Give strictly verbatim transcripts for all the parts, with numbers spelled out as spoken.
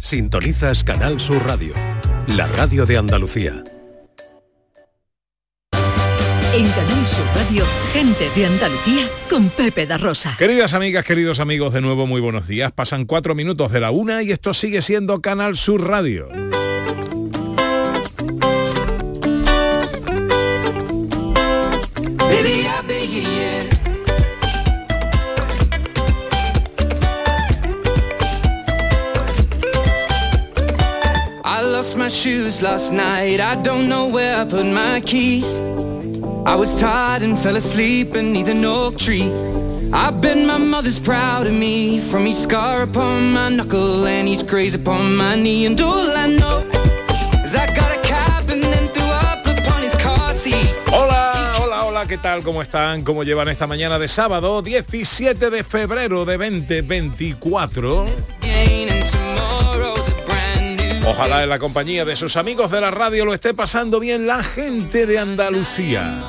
Sintonizas Canal Sur Radio, la radio de Andalucía. En Canal Sur Radio, gente de Andalucía con Pepe da Rosa. Queridas amigas, queridos amigos, de nuevo muy buenos días. Pasan cuatro minutos de la una y esto sigue siendo Canal Sur Radio. My shoes last night, I don't know where I put my keys. I was tired and fell asleep beneath an oak tree. I bet my mother's proud of me, from each scar upon my knuckle and each graze upon my knee. And all I know is I got a cab and then threw up upon his car seat. Hola, hola, hola, ¿qué tal? ¿Cómo están? ¿Cómo llevan esta mañana de sábado, diecisiete de febrero de veinte veinticuatro? Ojalá en la compañía de sus amigos de la radio lo esté pasando bien la gente de Andalucía.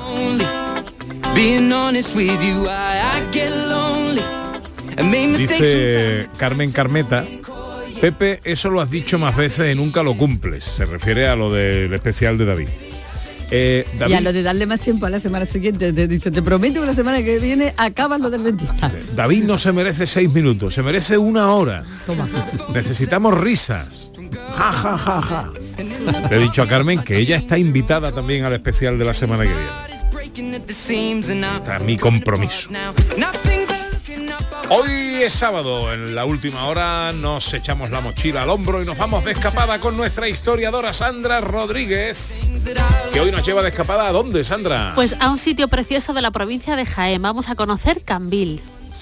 Dice Carmen Carmeta, Pepe, eso lo has dicho más veces y nunca lo cumples. Se refiere a lo del especial de David. Eh, David. Y a lo de darle más tiempo a la semana siguiente. Te dice, te prometo que la semana que viene acabas lo del dentista. David no se merece seis minutos, se merece una hora. Toma. Necesitamos risas. Ja, ja, ja, ja. Le he dicho a Carmen que ella está invitada también al especial de la semana que viene. Está mi compromiso. Hoy es sábado, en la última hora nos echamos la mochila al hombro y nos vamos de escapada con nuestra historiadora Sandra Rodríguez, que hoy nos lleva de escapada. ¿A dónde, Sandra? Pues a un sitio precioso de la provincia de Jaén. Vamos a conocer Cambil.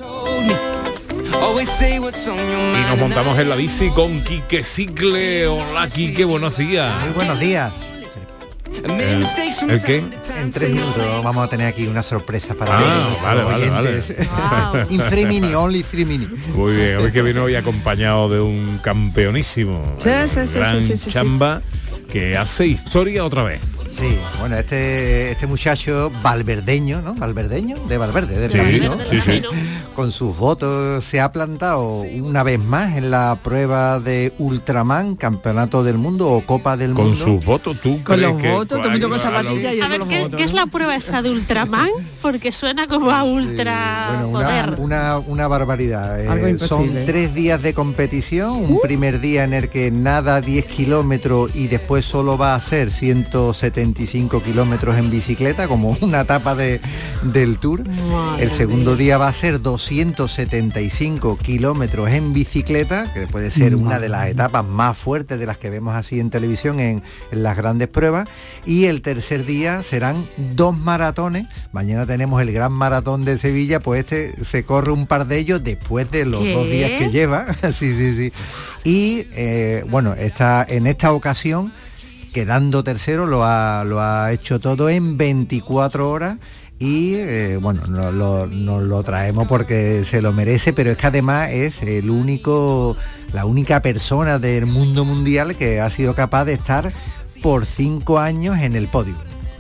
Y nos montamos en la bici con Quique Cicle. Hola, Quique, buenos días. Muy buenos días. ¿El, ¿el qué? En tres minutos vamos a tener aquí una sorpresa para ah, vale, vale, oyentes. Vale. In three mini, only three mini. Muy bien, hoy que viene hoy acompañado de un campeonísimo, sí, sí, sí, gran sí, sí, sí, chamba que hace historia otra vez. Sí, bueno, este este muchacho valverdeño, ¿no? Valverdeño, de Valverde, del sí, Camino, sí, sí. con sus votos se ha plantado una vez más en la prueba de Ultraman, Campeonato del Mundo o Copa del con Mundo. Con sus votos, tú con crees los que... votos, Ay, con zapatilla y a ver, los ¿qué, votos, ¿qué ¿no? es la prueba esa de Ultraman? Porque suena como a ultra sí, bueno, poder. Una, una, una barbaridad. Eh, son tres días de competición, un uh. primer día en el que nada diez kilómetros y después solo va a ser ciento setenta y cinco kilómetros en bicicleta, como una etapa de, del Tour. Madre El segundo mía. día va a ser doscientos setenta y cinco kilómetros en bicicleta, que puede ser Madre una de las etapas más fuertes de las que vemos así en televisión en, en las grandes pruebas. Y el tercer día serán dos maratones. Mañana tenemos el gran maratón de Sevilla, pues este se corre un par de ellos después de los ¿Qué? dos días que lleva. sí, sí, sí. Y eh, bueno, esta, en esta ocasión, quedando tercero, lo ha, lo ha hecho todo en veinticuatro horas y eh, bueno, nos lo, nos lo traemos porque se lo merece, pero es que además es el único, la única persona del mundo mundial que ha sido capaz de estar por cinco años en el podio.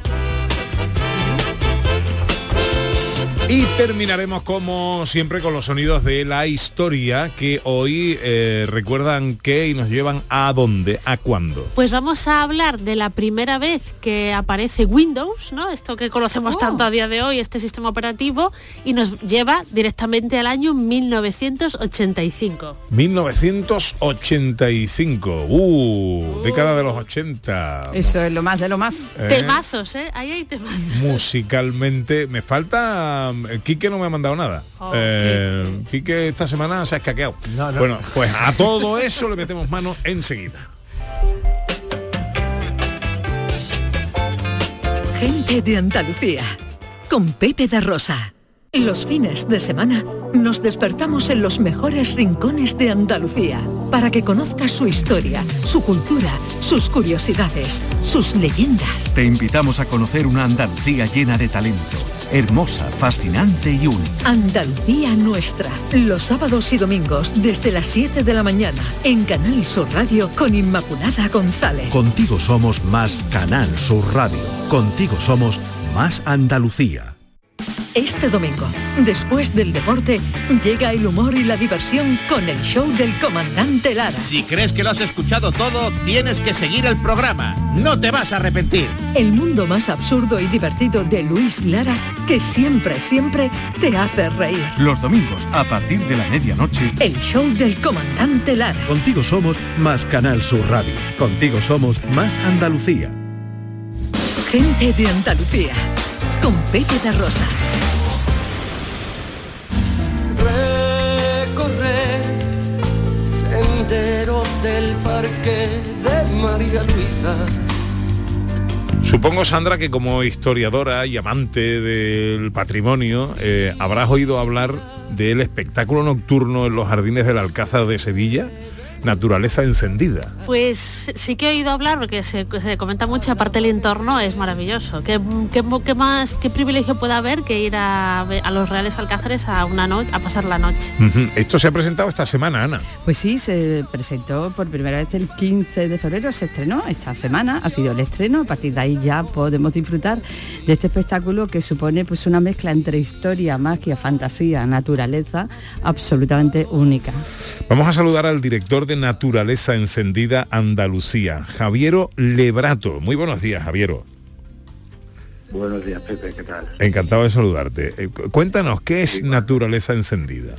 Y terminaremos como siempre con los sonidos de la historia que hoy eh, recuerdan qué y nos llevan a dónde, a cuándo. Pues vamos a hablar de la primera vez que aparece Windows, ¿no? Esto que conocemos oh. tanto a día de hoy, este sistema operativo, y nos lleva directamente al año mil novecientos ochenta y cinco. mil novecientos ochenta y cinco, uh, uh. década de los ochenta. Eso es lo más de lo más. ¿Eh? Temazos, ¿eh? Ahí hay temazos. Musicalmente, me falta... Quique no me ha mandado nada. Oh, eh, Quique esta semana se ha escaqueado. No, no. Bueno, pues a todo eso le metemos mano enseguida. Gente de Andalucía, con Pepe da Rosa. Los fines de semana nos despertamos en los mejores rincones de Andalucía para que conozcas su historia, su cultura, sus curiosidades, sus leyendas. Te invitamos a conocer una Andalucía llena de talento, hermosa, fascinante y única. Andalucía nuestra, los sábados y domingos desde las siete de la mañana en Canal Sur Radio con Inmaculada González. Contigo somos más Canal Sur Radio. Contigo somos más Andalucía. Este domingo, después del deporte, llega el humor y la diversión con el show del comandante Lara. Si crees que lo has escuchado todo, tienes que seguir el programa. No te vas a arrepentir. El mundo más absurdo y divertido de Luis Lara, que siempre, siempre te hace reír. Los domingos, a partir de la medianoche, el show del comandante Lara. Contigo somos más Canal Sur Radio. Contigo somos más Andalucía. Gente de Andalucía, con Pepe de Rosa. Recorrer senderos del parque de María Luisa. Supongo, Sandra, que como historiadora y amante del patrimonio, eh, habrás oído hablar del espectáculo nocturno en los jardines del Alcázar de Sevilla, Naturaleza Encendida. Pues sí que he oído hablar, porque se, se comenta mucho, aparte el entorno es maravilloso. ¿Qué, qué, qué más, qué privilegio puede haber que ir a, a los Reales Alcázares a una noche, a pasar la noche? Uh-huh. Esto se ha presentado esta semana, Ana. Pues sí, se presentó por primera vez el quince de febrero, se estrenó esta semana, ha sido el estreno. A partir de ahí ya podemos disfrutar de este espectáculo que supone pues una mezcla entre historia, magia, fantasía, naturaleza, absolutamente única. Vamos a saludar al director de Naturaleza Encendida Andalucía, Javiero Lebrato. Muy buenos días, Javiero. Buenos días, Pepe, ¿qué tal? Encantado de saludarte. Eh, cuéntanos, ¿qué es sí, Naturaleza Encendida?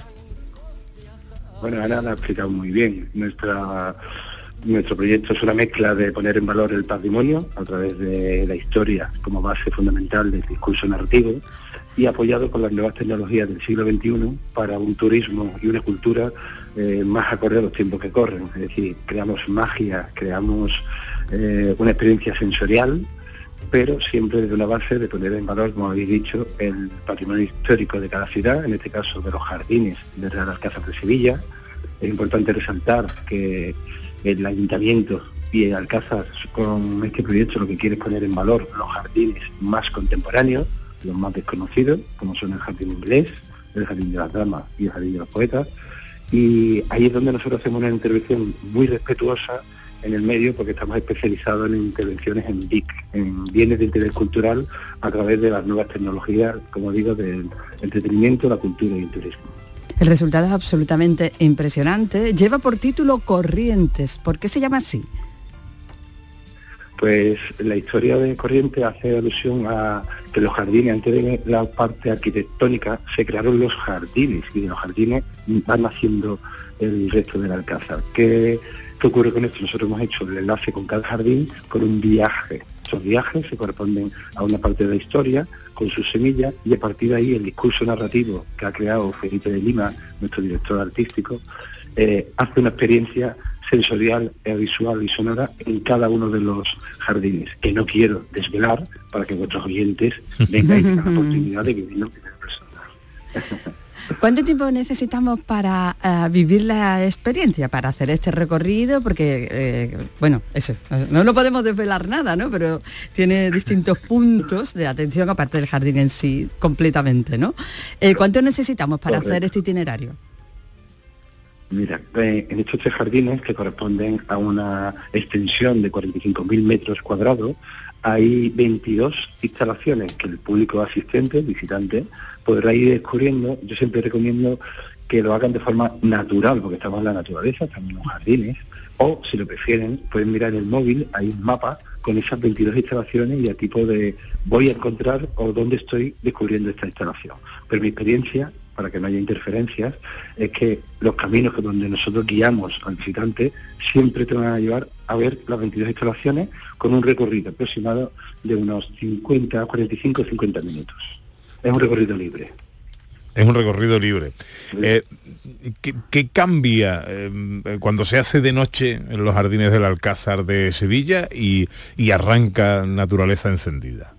Bueno, Ana lo ha explicado muy bien. Nuestra, nuestro proyecto es una mezcla de poner en valor el patrimonio a través de la historia como base fundamental del discurso narrativo y apoyado con las nuevas tecnologías del siglo veintiuno para un turismo y una cultura eh, más acorde a los tiempos que corren. Es decir, creamos magia, creamos eh, una experiencia sensorial, pero siempre desde una base de poner en valor, como habéis dicho, el patrimonio histórico de cada ciudad, en este caso de los jardines del Real Alcázar de Sevilla. Es importante resaltar que el Ayuntamiento y el Alcázar con este proyecto lo que quiere es poner en valor los jardines más contemporáneos, los más desconocidos, como son el Jardín Inglés, el Jardín de las Damas y el Jardín de los Poetas. Y ahí es donde nosotros hacemos una intervención muy respetuosa en el medio, porque estamos especializados en intervenciones en B I C, en bienes de interés cultural, a través de las nuevas tecnologías, como digo, del entretenimiento, la cultura y el turismo. El resultado es absolutamente impresionante. Lleva por título Corrientes. ¿Por qué se llama así? Pues la historia de Corrientes hace alusión a que los jardines, antes de la parte arquitectónica, se crearon los jardines, y de los jardines van naciendo el resto del Alcázar. ¿Qué, qué ocurre con esto? Nosotros hemos hecho el enlace con cada jardín con un viaje. Esos viajes se corresponden a una parte de la historia, con sus semillas, y a partir de ahí el discurso narrativo que ha creado Felipe de Lima, nuestro director artístico, eh, hace una experiencia sensorial, visual y sonora en cada uno de los jardines, que no quiero desvelar para que vuestros oyentes vengáis a la oportunidad de vivirlo en primera persona. ¿Cuánto tiempo necesitamos para uh, vivir la experiencia, para hacer este recorrido? Porque, eh, bueno, eso, no lo podemos desvelar nada, ¿no? Pero tiene distintos puntos de atención, aparte del jardín en sí, completamente, ¿no? Eh, ¿Cuánto necesitamos para Correcto. hacer este itinerario? Mira, eh, en estos tres jardines, que corresponden a una extensión de cuarenta y cinco mil metros cuadrados, hay veintidós instalaciones que el público asistente, visitante, podrá ir descubriendo. Yo siempre recomiendo que lo hagan de forma natural, porque estamos en la naturaleza, estamos en los jardines, o si lo prefieren, pueden mirar en el móvil, hay un mapa con esas veintidós instalaciones y a tipo de voy a encontrar o dónde estoy descubriendo esta instalación. Pero mi experiencia, para que no haya interferencias, es que los caminos que donde nosotros guiamos al visitante siempre te van a llevar a ver las veintidós instalaciones con un recorrido aproximado de unos cincuenta, cuarenta y cinco, cincuenta minutos. Es un recorrido libre. Es un recorrido libre. Eh, ¿qué, ¿Qué cambia eh, cuando se hace de noche en los jardines del Alcázar de Sevilla y, y arranca Naturaleza Encendida?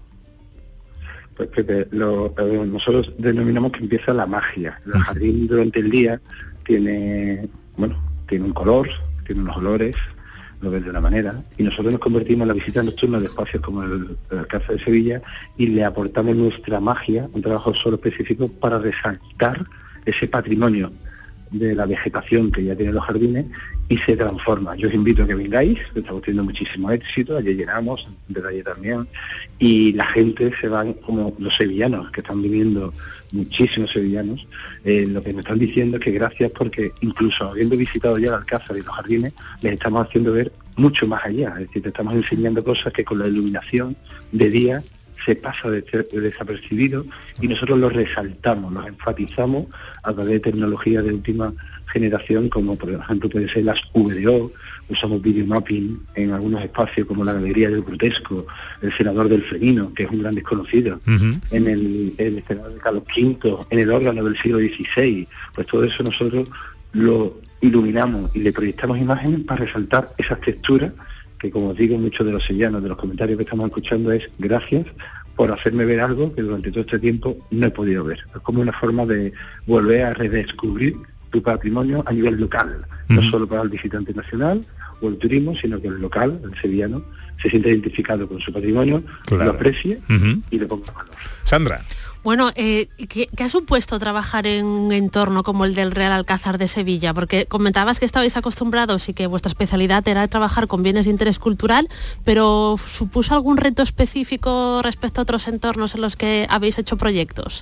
Pues Pepe, lo, eh, nosotros denominamos que empieza la magia. El jardín durante el día tiene, bueno, tiene un color, tiene unos olores, lo ves de una manera, y nosotros nos convertimos en la visita nocturna de espacios como el, el Alcázar de Sevilla y le aportamos nuestra magia, un trabajo solo específico para resaltar ese patrimonio de la vegetación que ya tienen los jardines y se transforma. Yo os invito a que vengáis, estamos teniendo muchísimo éxito, ayer llenamos, desde ayer también, y la gente se van, como los sevillanos, que están viniendo muchísimos sevillanos, eh, lo que me están diciendo es que gracias, porque incluso habiendo visitado ya el Alcázar y los jardines, les estamos haciendo ver mucho más allá, es decir, te estamos enseñando cosas que con la iluminación de día se pasa de desapercibido y nosotros lo resaltamos, los enfatizamos a través de tecnología de última generación, como por ejemplo puede ser las V D O, usamos video mapping en algunos espacios como la Galería del Grotesco, el Senador del Fenino, que es un gran desconocido, uh-huh. en el, el Senador de Carlos quinto, en el órgano del siglo dieciséis, pues todo eso nosotros lo iluminamos y le proyectamos imágenes para resaltar esas texturas que, como os digo, muchos de los sevillanos, de los comentarios que estamos escuchando, es gracias por hacerme ver algo que durante todo este tiempo no he podido ver. Es como una forma de volver a redescubrir tu patrimonio a nivel local, uh-huh. no solo para el visitante nacional o el turismo, sino que el local, el sevillano, se siente identificado con su patrimonio, claro. lo aprecie uh-huh. y le ponga valor. Sandra. Bueno, eh, ¿qué, ¿qué ha supuesto trabajar en un entorno como el del Real Alcázar de Sevilla? Porque comentabas que estabais acostumbrados y que vuestra especialidad era trabajar con bienes de interés cultural, pero ¿supuso algún reto específico respecto a otros entornos en los que habéis hecho proyectos?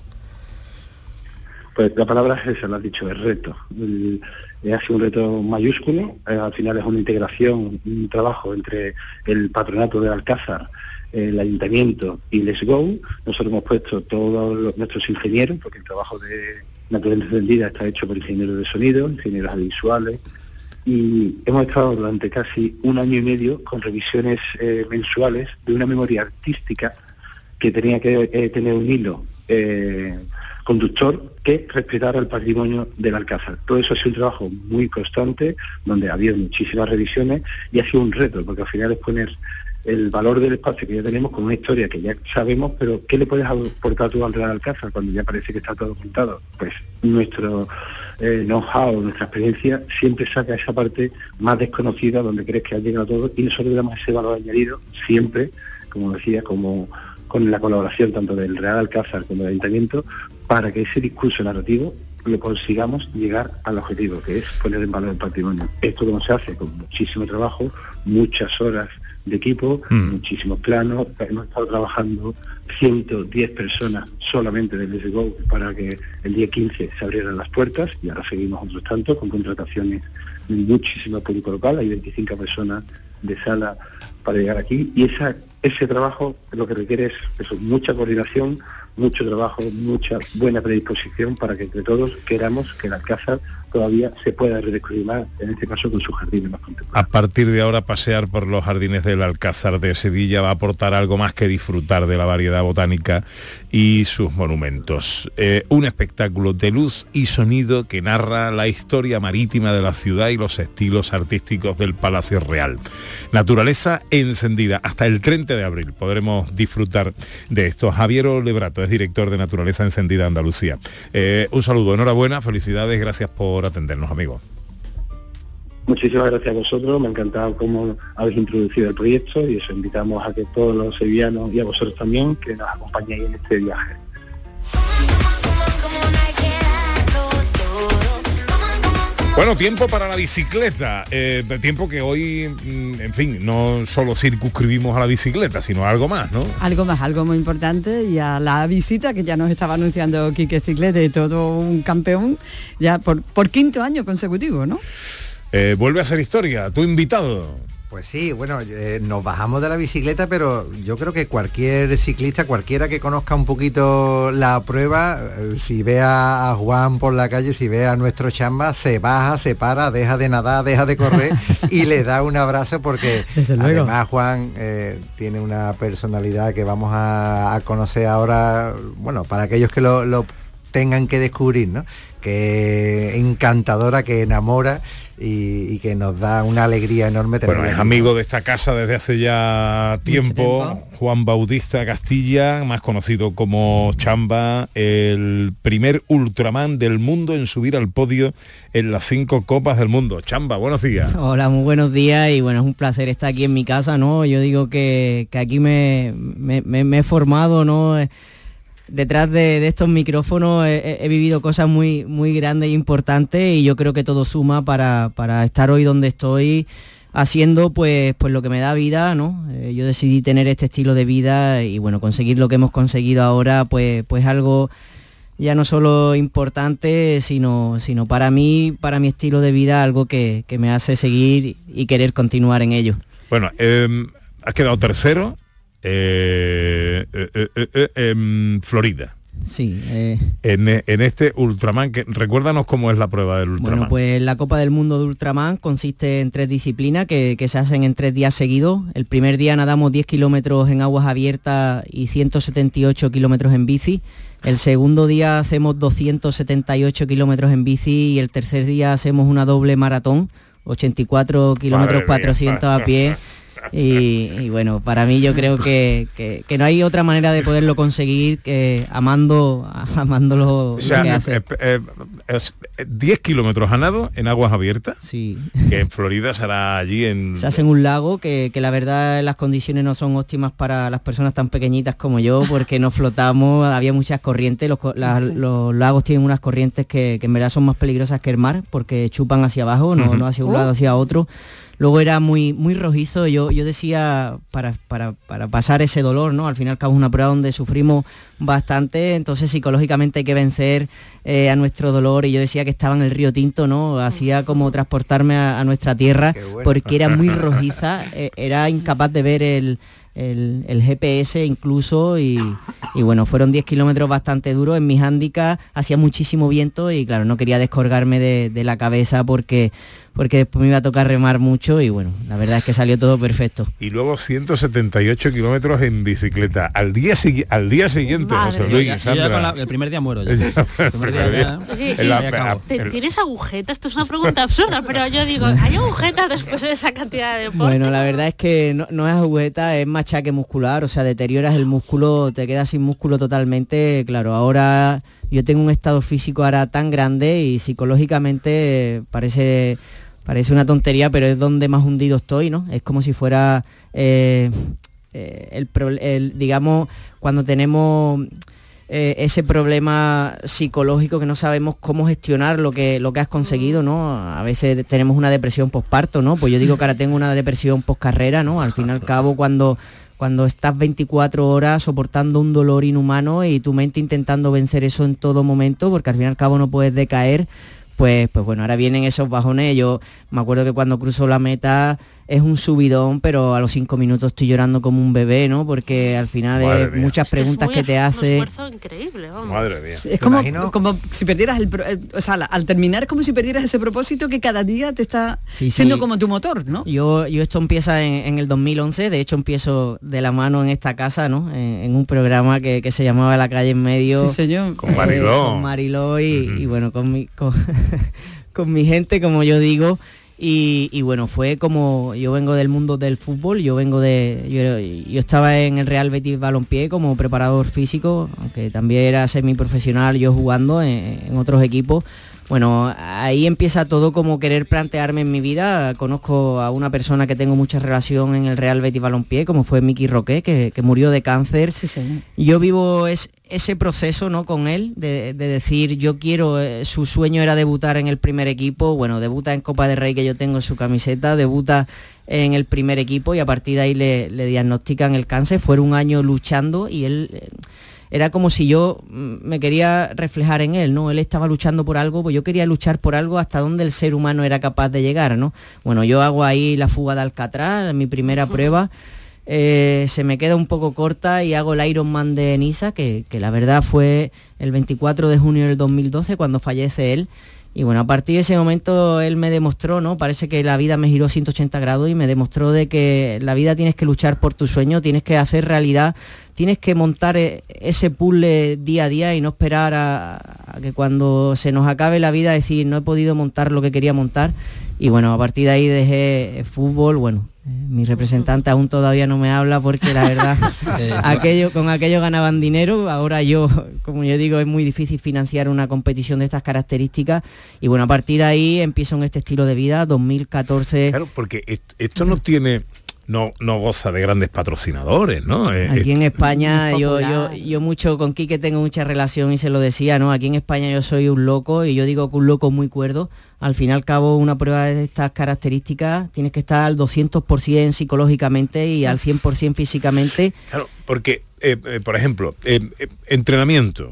Pues la palabra es esa, lo has dicho, es reto. El, ha sido un reto mayúsculo, eh, al final es una integración, un trabajo entre el patronato de Alcázar, el ayuntamiento y Let's Go. Nosotros hemos puesto todos los, nuestros ingenieros, porque el trabajo de Naturaleza Encendida está hecho por ingenieros de sonido, ingenieros audiovisuales, y hemos estado durante casi un año y medio con revisiones eh, mensuales de una memoria artística que tenía que eh, tener un hilo eh, conductor que respetara el patrimonio del Alcázar. Todo eso ha sido un trabajo muy constante, donde ha habido muchísimas revisiones y ha sido un reto, porque al final es poner el valor del espacio que ya tenemos con una historia que ya sabemos, pero ¿qué le puedes aportar tú al Real Alcázar cuando ya parece que está todo contado? Pues nuestro eh, know-how, nuestra experiencia siempre saca esa parte más desconocida donde crees que ha llegado todo, y nosotros le damos ese valor añadido siempre, como decía, como con la colaboración tanto del Real Alcázar como del Ayuntamiento, para que ese discurso narrativo lo consigamos llegar al objetivo, que es poner en valor el patrimonio. Esto como se hace con muchísimo trabajo, muchas horas de equipo, mm. muchísimos planos. Hemos estado trabajando ciento diez personas solamente de Let's Go para que el día quince se abrieran las puertas, y ahora seguimos otros tantos con contrataciones de muchísimo público local. Hay veinticinco personas de sala para llegar aquí, y esa ese trabajo lo que requiere es eso, mucha coordinación, mucho trabajo, mucha buena predisposición para que entre todos queramos que el Alcázar todavía se pueda redescubrir más, en este caso con sus jardines más contemporáneos. A partir de ahora, pasear por los jardines del Alcázar de Sevilla va a aportar algo más que disfrutar de la variedad botánica y sus monumentos. Eh, un espectáculo de luz y sonido que narra la historia marítima de la ciudad y los estilos artísticos del Palacio Real. Naturaleza encendida. Hasta el treinta de abril podremos disfrutar de esto. Javier Lebrato es director de Naturaleza Encendida Andalucía. Eh, un saludo, enhorabuena, felicidades, gracias por atendernos, amigos. Muchísimas gracias a vosotros, me ha encantado cómo habéis introducido el proyecto, y os invitamos a que todos los sevillanos y a vosotros también que nos acompañéis en este viaje. Bueno, tiempo para la bicicleta, eh, tiempo que hoy, en fin, no solo circunscribimos a la bicicleta, sino a algo más, ¿no? Algo más, algo muy importante, y a la visita que ya nos estaba anunciando Quique Ciclete, todo un campeón, ya por, por quinto año consecutivo, ¿no? Eh, vuelve a ser historia, tu invitado. Pues sí, bueno, eh, nos bajamos de la bicicleta, pero yo creo que cualquier ciclista, cualquiera que conozca un poquito la prueba, eh, si ve a Juan por la calle, si ve a nuestro Chamba, se baja, se para, deja de nadar, deja de correr y le da un abrazo, porque además Juan eh, tiene una personalidad que vamos a, a conocer ahora, bueno, para aquellos que lo, lo tengan que descubrir, ¿no? Que encantadora, que enamora y, y que nos da una alegría enorme. Bueno, es amigo de esta casa desde hace ya tiempo, tiempo, Juan Bautista Castilla, más conocido como Chamba, el primer ultraman del mundo en subir al podio en las cinco copas del mundo. Chamba, buenos días. Hola, muy buenos días, y bueno, es un placer estar aquí en mi casa, ¿no? Yo digo que, que aquí me, me, me, me he formado, ¿no? detrás de, de estos micrófonos he, he vivido cosas muy, muy grandes e importantes y yo creo que todo suma para, para estar hoy donde estoy haciendo pues, pues lo que me da vida, ¿no? Eh, yo decidí tener este estilo de vida y bueno, conseguir lo que hemos conseguido ahora, pues, pues algo ya no solo importante, sino, sino para mí, para mi estilo de vida, algo que, que me hace seguir y querer continuar en ello. Bueno, eh, has quedado tercero eh, eh, eh, eh, en Florida. Sí. Eh, en, en este Ultraman, que recuérdanos cómo es la prueba del Ultraman. Bueno, pues la Copa del Mundo de Ultraman consiste en tres disciplinas que, que se hacen en tres días seguidos. El primer día nadamos diez kilómetros en aguas abiertas y ciento setenta y ocho kilómetros en bici. El segundo día hacemos doscientos setenta y ocho kilómetros en bici y el tercer día hacemos una doble maratón, ochenta y cuatro kilómetros cuatrocientos a pie. Y, y bueno, para mí yo creo que, que, que no hay otra manera de poderlo conseguir que amando amándolo. O sea, lo que hace. Eh, eh, es diez kilómetros a nado en aguas abiertas, sí. Que en Florida será allí en... Se hace en un lago que, que la verdad las condiciones no son óptimas para las personas tan pequeñitas como yo, porque no flotamos, había muchas corrientes, los, la, sí. los lagos tienen unas corrientes que, que en verdad son más peligrosas que el mar, porque chupan hacia abajo, no, uh-huh. no hacia un lado, hacia otro. Luego era muy muy rojizo, yo, yo decía, para, para, para pasar ese dolor, ¿no? Al fin y al cabo es una prueba donde sufrimos bastante, entonces psicológicamente hay que vencer eh, a nuestro dolor, y yo decía que estaba en el río Tinto, ¿no? Hacía como transportarme a, a nuestra tierra, bueno. Porque era muy rojiza, eh, era incapaz de ver el... El, el G P S incluso y, y bueno, fueron diez kilómetros bastante duros. En mis hándicap hacía muchísimo viento y claro, no quería descolgarme de, de la cabeza porque porque después me iba a tocar remar mucho y bueno, la verdad es que salió todo perfecto. Y luego ciento setenta y ocho kilómetros en bicicleta. Al día, si, al día siguiente, José Luis y Sandra. Yo ya con la, el primer día muero. Ya. El primer día ya, sí, el, la, el, ¿Tienes agujeta? Esto es una pregunta absurda, pero yo digo, ¿hay agujeta después de esa cantidad de deporte? Bueno, la verdad es que no, no es agujeta, es machaque muscular, o sea, deterioras el músculo, te quedas sin músculo totalmente. Claro, ahora yo tengo un estado físico ahora tan grande y psicológicamente parece... Parece una tontería, pero es donde más hundido estoy, ¿no? Es como si fuera eh, eh, el, el, digamos, cuando tenemos eh, ese problema psicológico que no sabemos cómo gestionar lo que, lo que has conseguido, ¿no? A veces tenemos una depresión postparto, ¿no? Pues yo digo que ahora tengo una depresión postcarrera, ¿no? Al fin y al cabo, cuando... cuando estás veinticuatro horas soportando un dolor inhumano y tu mente intentando vencer eso en todo momento, porque al fin y al cabo no puedes decaer, pues, pues bueno, ahora vienen esos bajones. Yo me acuerdo que cuando cruzo la meta es un subidón, pero a los cinco minutos estoy llorando como un bebé, ¿no? Porque al final Madre es mía. muchas preguntas es que te hace. Un esfuerzo increíble, vamos. Madre mía. Es como, como si perdieras el, pro, o sea, al terminar es como si perdieras ese propósito que cada día te está sí, siendo sí. como tu motor, ¿no? Yo, yo esto empieza en, en el dos mil once, de hecho empiezo de la mano en esta casa, ¿no? En, en un programa que, que se llamaba La Calle en Medio. Sí, señor. Con Mariló. Eh, con Mariló y, uh-huh. y bueno, con mi, con, con mi gente, como yo digo. Y, y bueno, fue como, yo vengo del mundo del fútbol, yo vengo de, yo, yo estaba en el Real Betis Balompié como preparador físico, aunque también era semiprofesional yo jugando en, en otros equipos. Bueno, ahí empieza todo como querer plantearme en mi vida. Conozco a una persona que tengo mucha relación en el Real Betis Balompié, como fue Miki Roque, que, que murió de cáncer. Sí, señor. Yo vivo es, ese proceso, ¿no? Con él, de, de decir, yo quiero, eh, su sueño era debutar en el primer equipo. Bueno, debuta en Copa del Rey, que yo tengo su camiseta, debuta en el primer equipo y a partir de ahí le, le diagnostican el cáncer. Fue un año luchando y él... Eh, era como si yo me quería reflejar en él, ¿no? Él estaba luchando por algo, pues yo quería luchar por algo hasta donde el ser humano era capaz de llegar, ¿no? Bueno, yo hago ahí la fuga de Alcatraz, mi primera prueba, eh, se me queda un poco corta y hago el Ironman de Niza, que, que la verdad fue el veinticuatro de junio del dos mil doce cuando fallece él. Y bueno, a partir de ese momento él me demostró, ¿no? Parece que la vida me giró ciento ochenta grados y me demostró de que la vida tienes que luchar por tu sueño, tienes que hacer realidad, tienes que montar ese puzzle día a día y no esperar a, a que cuando se nos acabe la vida decir no he podido montar lo que quería montar. Y bueno, a partir de ahí dejé el fútbol, bueno, eh, mi representante aún todavía no me habla porque la verdad, aquello, con aquello ganaban dinero, ahora yo, como yo digo, es muy difícil financiar una competición de estas características y bueno, a partir de ahí empiezo en este estilo de vida, dos mil catorce. Claro, porque esto no tiene, no, no goza de grandes patrocinadores, ¿no? Aquí en España yo, yo, yo mucho con Quique tengo mucha relación y se lo decía, ¿no? Aquí en España yo soy un loco y yo digo que un loco muy cuerdo. Al fin y al cabo una prueba de estas características tienes que estar al doscientos por ciento psicológicamente y al cien por ciento físicamente. Claro, porque, eh, eh, por ejemplo, eh, eh, entrenamiento,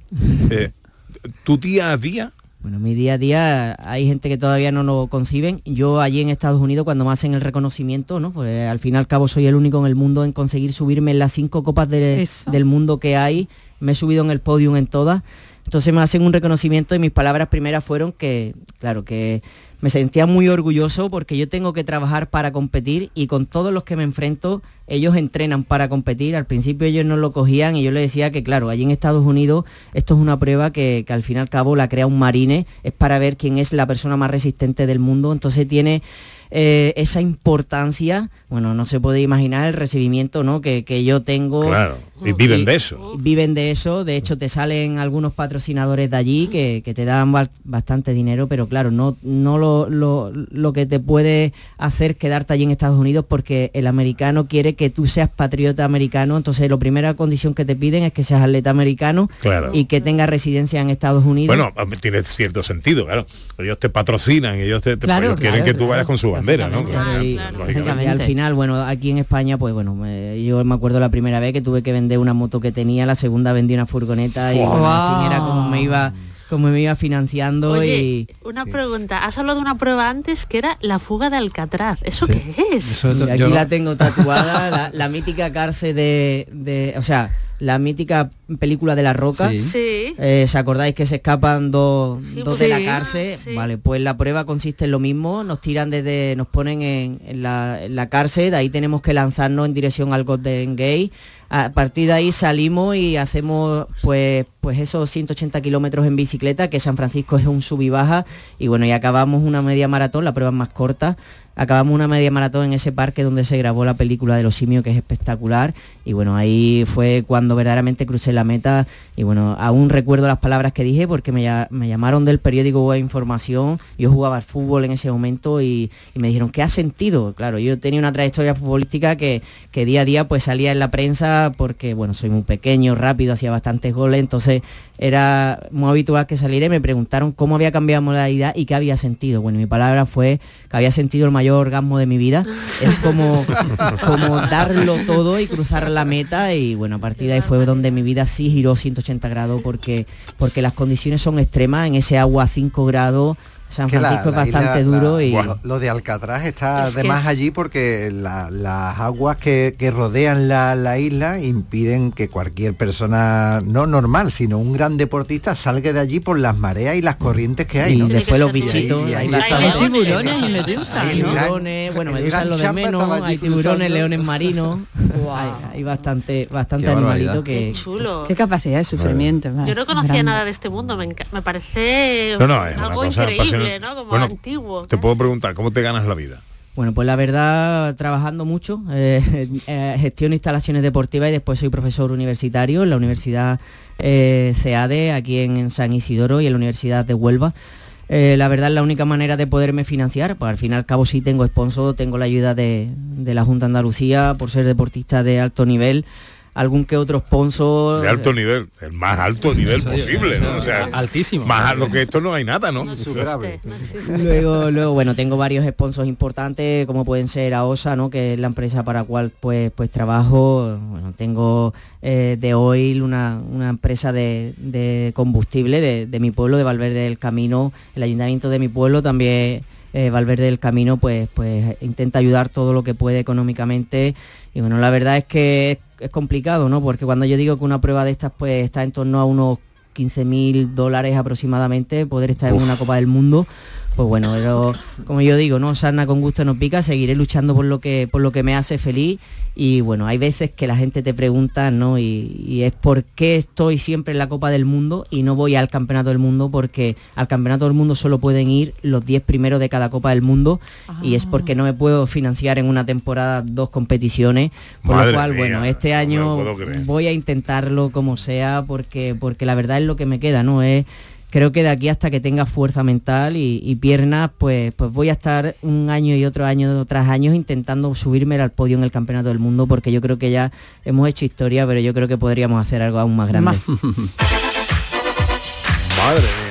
eh, tu día a día. Bueno, mi día a día hay gente que todavía no lo conciben. Yo allí en Estados Unidos cuando me hacen el reconocimiento, ¿no? Pues al fin y al cabo soy el único en el mundo en conseguir subirme en las cinco copas de, del mundo que hay. Me he subido en el podium en todas. Entonces me hacen un reconocimiento y mis palabras primeras fueron que, claro, que me sentía muy orgulloso porque yo tengo que trabajar para competir y con todos los que me enfrento, ellos entrenan para competir. Al principio ellos no lo cogían y yo les decía que, claro, allí en Estados Unidos esto es una prueba que, que al fin y al cabo la crea un marine, es para ver quién es la persona más resistente del mundo, entonces tiene... Eh, esa importancia, bueno, no se puede imaginar el recibimiento, ¿no? que, que yo tengo. Claro, y viven y, de eso. Viven de eso, de hecho te salen algunos patrocinadores de allí que, que te dan ba bastante dinero, pero claro, no, no lo, lo, lo que te puede hacer quedarte allí en Estados Unidos porque el americano quiere que tú seas patriota americano, entonces la primera condición que te piden es que seas atleta americano, claro, y que tengas residencia en Estados Unidos. Bueno, tiene cierto sentido, claro. Ellos te patrocinan, ellos, te, te claro, ellos quieren claro, que tú vayas con su bandera, ¿no? Claro, y, claro. Y al final, bueno, aquí en España, pues bueno, me, yo me acuerdo la primera vez que tuve que vender una moto que tenía, la segunda vendí una furgoneta y wow. bueno, así era como me iba como me iba financiando. Oye, y una pregunta, has hablado de una prueba antes que era la fuga de Alcatraz, ¿eso sí. qué es? Eso, aquí yo... la tengo tatuada, la, la mítica cárcel de, de, o sea, la mítica película de La Roca. Sí. Sí. Eh, ¿Os acordáis que se escapan dos, sí, dos sí. de la cárcel? Sí. Vale, pues la prueba consiste en lo mismo, nos tiran desde, nos ponen en, en, la, en la cárcel, de ahí tenemos que lanzarnos en dirección al Golden Gate. A partir de ahí salimos y hacemos pues pues esos ciento ochenta kilómetros en bicicleta, que San Francisco es un sub y baja, y bueno, y acabamos una media maratón, la prueba más corta. Acabamos una media maratón en ese parque donde se grabó la película de los simios, que es espectacular, y bueno, ahí fue cuando verdaderamente crucé la meta, y bueno, aún recuerdo las palabras que dije porque me, me llamaron del periódico Web Información, yo jugaba al fútbol en ese momento y, y me dijeron, ¿qué has sentido? Claro, yo tenía una trayectoria futbolística que, que día a día pues salía en la prensa porque, bueno, soy muy pequeño, rápido, hacía bastantes goles, entonces era muy habitual que saliera y me preguntaron cómo había cambiado la modalidad y qué había sentido. Bueno, mi palabra fue que había sentido el mayor orgasmo de mi vida. Es como, como darlo todo y cruzar la meta, y bueno, a partir de ahí fue donde mi vida sí giró ciento ochenta grados porque, porque las condiciones son extremas, en ese agua a cinco grados. San Francisco la, la es bastante isla, duro la, y... Bueno, lo de Alcatraz está es además es... allí porque la, las aguas que, que rodean la, la isla impiden que cualquier persona, no normal, sino un gran deportista, salga de allí por las mareas y las corrientes que hay, y ¿no? después los bichitos, y ahí, hay, ahí hay tiburones y medusas, hay ¿no? tiburones, bueno, medusas lo de menos, hay tiburones, cruzando. Leones marinos, wow. hay, hay bastante, bastante animalitos que... Qué chulo. Qué capacidad de sufrimiento. Yo no conocía grande. nada de este mundo, me, me parece no, no, es algo una cosa increíble, ¿no? Como bueno, antiguo. Te puedo preguntar, ¿cómo te ganas la vida? Bueno, pues la verdad, trabajando mucho, eh, eh, gestiono instalaciones deportivas y después soy profesor universitario en la Universidad eh, C A D, aquí en, en San Isidoro, y en la Universidad de Huelva. Eh, la verdad es la única manera de poderme financiar, pues al fin y al cabo sí tengo sponsor, tengo la ayuda de, de la Junta de Andalucía por ser deportista de alto nivel, algún que otro sponsor de alto nivel, el más alto nivel eso, posible, ¿no? O sea, altísimo. Más alto que esto no hay nada, ¿no? No existe, no existe. Luego, luego, bueno, tengo varios sponsors importantes, como pueden ser AOSA, ¿no? Que es la empresa para la cual pues, pues trabajo. Bueno, tengo eh, de Oil, una, una empresa de, de combustible de, de mi pueblo, de Valverde del Camino, el ayuntamiento de mi pueblo también. Eh, Valverde del Camino pues pues intenta ayudar todo lo que puede económicamente, y bueno, la verdad es que es, es complicado, ¿no? Porque cuando yo digo que una prueba de estas pues está en torno a unos quince mil dólares aproximadamente, poder estar Uf. en una Copa del Mundo, pues bueno, pero como yo digo, no, sarna con gusto no pica, seguiré luchando por lo que por lo que me hace feliz. Y bueno, hay veces que la gente te pregunta, ¿no? Y, y es por qué estoy siempre en la Copa del Mundo y no voy al Campeonato del Mundo, porque al Campeonato del Mundo solo pueden ir los diez primeros de cada Copa del Mundo. Ah. Y es porque no me puedo financiar en una temporada dos competiciones, por Madre lo cual, mía, bueno, este año no voy a intentarlo como sea, porque porque la verdad es lo que me queda, ¿no? Es creo que de aquí hasta que tenga fuerza mental y, y piernas, pues, pues voy a estar un año y otro año tras años intentando subirme al podio en el Campeonato del Mundo, porque yo creo que ya hemos hecho historia, pero yo creo que podríamos hacer algo aún más grande. Más. Madre mía.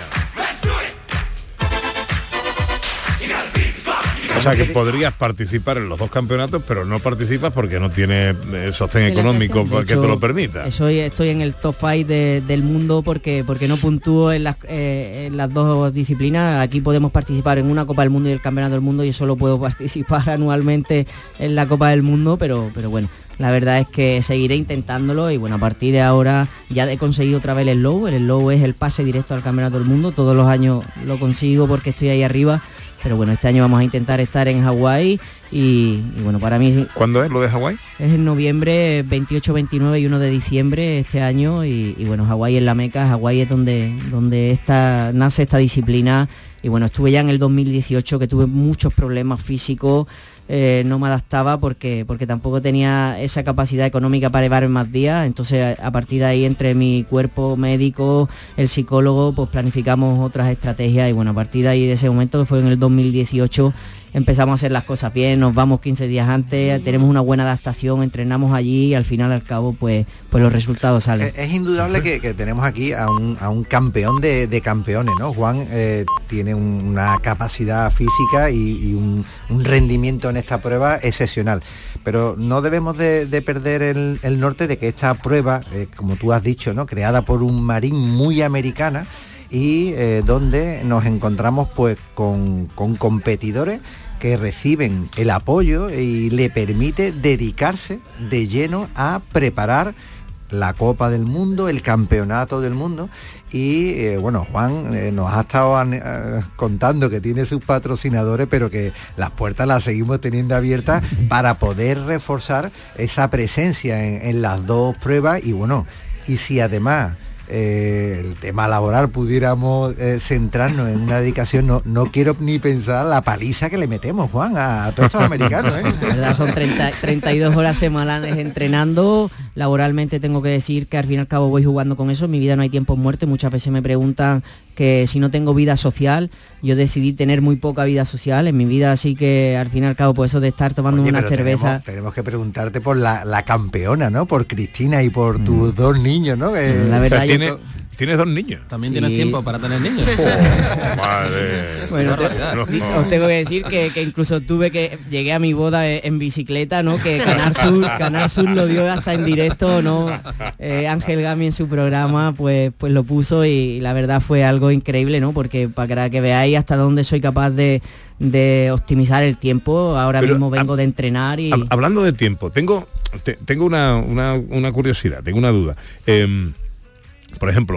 O sea que podrías participar en los dos campeonatos, pero no participas porque no tienes eh, sostén económico para que te lo permita. Soy, estoy en el top cinco de, del mundo porque porque no puntúo en las, eh, en las dos disciplinas. Aquí podemos participar en una Copa del Mundo y el Campeonato del Mundo. Yo solo puedo participar anualmente en la Copa del Mundo, pero, pero bueno, la verdad es que seguiré intentándolo y bueno, a partir de ahora ya he conseguido otra vez el Slow. El Slow es el pase directo al Campeonato del Mundo. Todos los años lo consigo porque estoy ahí arriba. Pero bueno, este año vamos a intentar estar en Hawái y, y bueno, para mí... ¿Cuándo es lo de Hawái? Es en noviembre, veintiocho, veintinueve y uno de diciembre este año y, y bueno, Hawái es la meca, Hawái es donde, donde esta, nace esta disciplina y bueno, estuve ya en el dos mil dieciocho que tuve muchos problemas físicos, eh, no me adaptaba porque, porque tampoco tenía esa capacidad económica para llevar más días, entonces a, a partir de ahí entre mi cuerpo médico, el psicólogo, pues planificamos otras estrategias y bueno, a partir de ahí de ese momento que fue en el dos mil dieciocho empezamos a hacer las cosas bien, nos vamos quince días antes, tenemos una buena adaptación, entrenamos allí y al final al cabo pues, pues los resultados salen. Es, es indudable que, que tenemos aquí a un, a un campeón de, de campeones, ¿no? Juan eh, tiene una capacidad física y, y un, un rendimiento en esta prueba excepcional, pero no debemos de, de perder el, el norte de que esta prueba, eh, como tú has dicho, ¿no? Creada por un marín muy americana y eh, donde nos encontramos pues con, con competidores que reciben el apoyo y le permite dedicarse de lleno a preparar la Copa del Mundo, el Campeonato del Mundo y eh, bueno, Juan eh, nos ha estado eh, contando que tiene sus patrocinadores, pero que las puertas las seguimos teniendo abiertas para poder reforzar esa presencia en, en las dos pruebas y bueno, y si además Eh, el tema laboral pudiéramos eh, centrarnos en una dedicación, no, no quiero ni pensar la paliza que le metemos, Juan, a, a todos estos americanos, ¿eh? La verdad son treinta, treinta y dos horas semanales entrenando. Laboralmente tengo que decir que al fin y al cabo voy jugando con eso, en mi vida no hay tiempo muerto, muchas veces me preguntan que si no tengo vida social, yo decidí tener muy poca vida social en mi vida, así que al fin y al cabo pues eso de estar tomando Oye, una cerveza... Tenemos, tenemos que preguntarte por la, la campeona, ¿no? Por Cristina y por mm. tus dos niños, ¿no? Eh, la verdad ¿Tiene, yo... ¿Tienes dos niños? También sí. Tienes tiempo para tener niños. Oh, madre. Bueno, te, no. os tengo que decir que, que incluso tuve que... Llegué a mi boda en bicicleta, ¿no? Que Canal Sur, Canal Sur lo dio hasta en directo, ¿no? Eh, Ángel Gami en su programa, pues, pues lo puso y, y la verdad fue algo increíble, ¿no? Porque para que veáis hasta dónde soy capaz de, de optimizar el tiempo, ahora Pero, mismo vengo a, de entrenar y... Hablando de tiempo, tengo, te, tengo una, una, una curiosidad, tengo una duda. Eh, por ejemplo,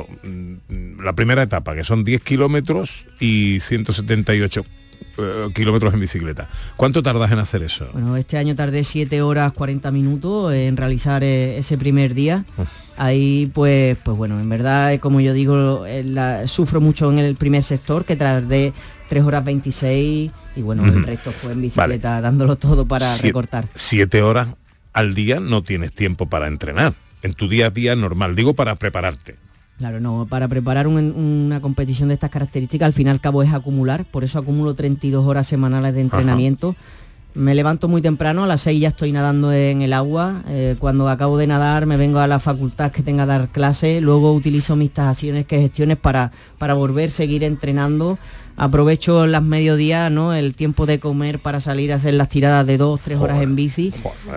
la primera etapa, que son diez kilómetros y ciento setenta y ocho eh, kilómetros en bicicleta. ¿Cuánto tardas en hacer eso? Bueno, este año tardé siete horas cuarenta minutos en realizar eh, ese primer día. Uf. Ahí pues, pues bueno, en verdad, como yo digo, la, sufro mucho en el primer sector, que tardé tres horas veintiséis y bueno, uh-huh. el resto fue en bicicleta, vale. dándolo todo para Sie- recortar. Siete horas al día no tienes tiempo para entrenar, en tu día a día normal, digo para prepararte. Claro, no, para preparar un, una competición de estas características al fin y al cabo es acumular, por eso acumulo treinta y dos horas semanales de entrenamiento. Ajá. Me levanto muy temprano, a las seis ya estoy nadando en el agua, eh, cuando acabo de nadar me vengo a la facultad que tenga a dar clase, luego utilizo mis tasaciones que gestiones para, para volver a seguir entrenando, aprovecho las mediodías, ¿no? El tiempo de comer para salir a hacer las tiradas de dos, tres horas en bici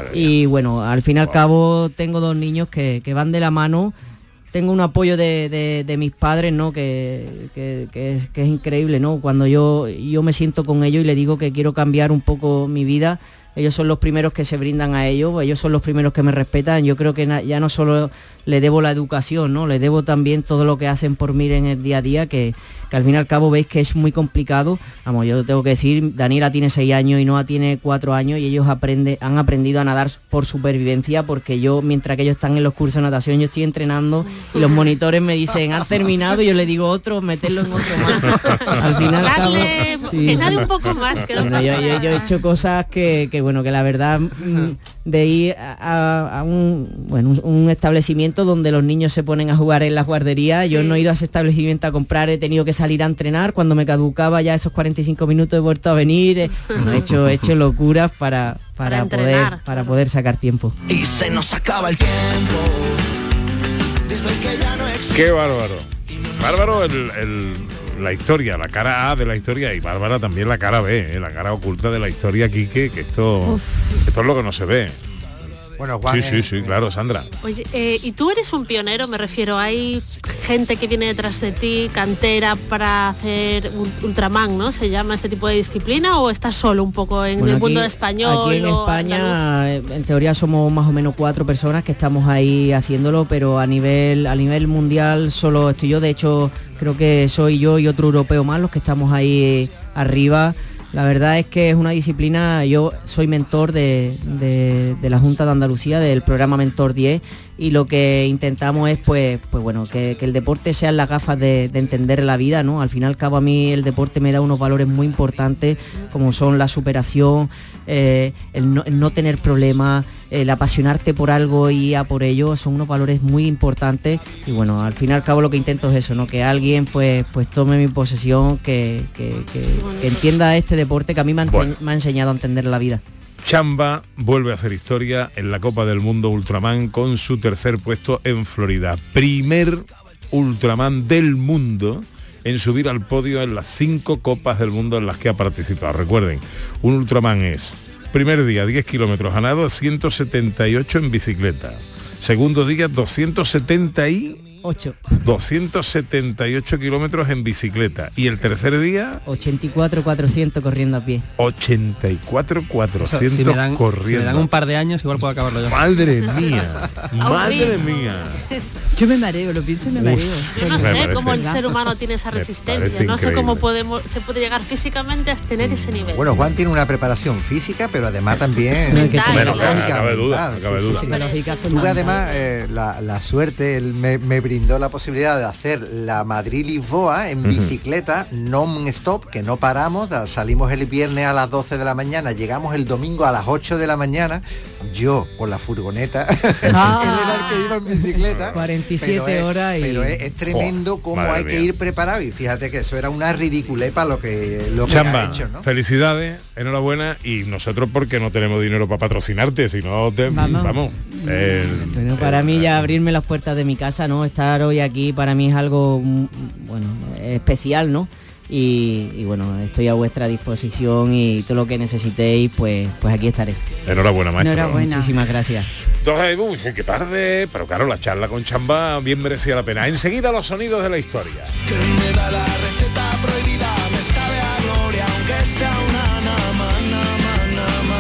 y bueno, al fin y al cabo tengo dos niños que, que van de la mano. Tengo un apoyo de, de, de mis padres, ¿no? Que, que, que, es, que es increíble, ¿no? Cuando yo, yo me siento con ellos y les digo que quiero cambiar un poco mi vida, ellos son los primeros que se brindan a ello, ellos son los primeros que me respetan. Yo creo que na, ya no solo le debo la educación, ¿no? Les debo también todo lo que hacen por mí en el día a día, que, que al fin y al cabo veis que es muy complicado. Vamos, yo tengo que decir, Daniela tiene seis años y Noa tiene cuatro años y ellos aprende, han aprendido a nadar por supervivencia, porque yo, mientras que ellos están en los cursos de natación, yo estoy entrenando y los monitores me dicen, ¿han terminado? Y yo les digo otro, meterlo en otro más. Al final, Darle, cabo, sí, que nade un poco más. Que no bueno, yo, yo, yo he hecho cosas que, que que bueno, que la verdad mm, de ir a, a un, bueno, un, un establecimiento donde los niños se ponen a jugar en las guarderías, sí. Yo no he ido a ese establecimiento a comprar, he tenido que salir a entrenar, cuando me caducaba ya esos cuarenta y cinco minutos he vuelto a venir, he, bueno, he hecho, he hecho locuras para, para, para poder para claro. poder sacar tiempo. Y se nos acaba el tiempo. Qué bárbaro. Bárbaro el, el, la historia, la cara A de la historia, y bárbara también la cara B, ¿eh? La cara oculta de la historia, Quique, que esto, esto es lo que no se ve. Bueno, Juan, sí, sí, sí, claro, Sandra. Oye, eh, y tú eres un pionero, me refiero, hay gente que viene detrás de ti, cantera para hacer Ultraman, ¿no? ¿Se llama este tipo de disciplina o estás solo un poco en bueno, el mundo aquí, español? Aquí en España, andaluz? En teoría somos más o menos cuatro personas que estamos ahí haciéndolo, pero a nivel, a nivel mundial solo estoy yo, de hecho creo que soy yo y otro europeo más los que estamos ahí arriba. La verdad es que es una disciplina, yo soy mentor de, de, de la Junta de Andalucía, del programa Mentor diez, y lo que intentamos es pues, pues bueno, que, que el deporte sean las gafas de, de entender la vida, ¿no? Al fin y al cabo a mí el deporte me da unos valores muy importantes, como son la superación, eh, el, no, el no tener problemas, el apasionarte por algo y a por ello, son unos valores muy importantes, y bueno, al fin y al cabo lo que intento es eso, ¿no? Que alguien pues, pues tome mi posesión, que, que, que, que entienda este deporte que a mí me, bueno. me ha enseñado a entender la vida. Chamba vuelve a hacer historia en la Copa del Mundo Ultraman con su tercer puesto en Florida. Primer Ultraman del mundo en subir al podio en las cinco Copas del Mundo en las que ha participado. Recuerden, un Ultraman es, primer día diez kilómetros a nado, ciento setenta y ocho en bicicleta. Segundo día doscientos setenta y ocho. doscientos setenta y ocho kilómetros en bicicleta. Y el tercer día ochenta y cuatro cuatrocientos corriendo a pie. ochenta y cuatro cuatrocientos si me dan, corriendo. Si me dan un par de años igual puedo acabarlo yo. Madre mía, madre mía. Yo me mareo, lo pienso y me mareo. Yo no sé parece, cómo el ser humano tiene esa resistencia, no sé cómo podemos se puede llegar físicamente a tener ese nivel. Bueno, Juan tiene una preparación física, pero además también mental, bueno, no cabe duda, no cabe duda. Tuve además eh, la, la suerte, el, me, me brindó la posibilidad de hacer la Madrid-Lisboa en bicicleta, uh-huh. non-stop, que no paramos, salimos el viernes a las doce de la mañana, llegamos el domingo a las ocho de la mañana, yo con la furgoneta, ah. él era el que iba en bicicleta, cuarenta y siete es, horas y... pero es, es tremendo oh, cómo hay mía. que ir preparado, y fíjate que eso era una ridiculepa lo que, lo que Chamba, ha hecho, ¿no? Felicidades, enhorabuena, y nosotros porque no tenemos dinero para patrocinarte, si no te... Vamos. vamos el, bueno, para el, mí ya abrirme las puertas de mi casa, ¿no? Estar hoy aquí para mí es algo, bueno, especial, ¿no? Y, y bueno, estoy a vuestra disposición y todo lo que necesitéis, pues pues aquí estaré. Enhorabuena, maestro. Enhorabuena. Muchísimas gracias. Entonces, uy, qué tarde, pero claro, la charla con Chamba bien merecía la pena. Enseguida los sonidos de la historia. Que me da la receta prohibida, me sabe a gloria, aunque sea una nama, nama, nama,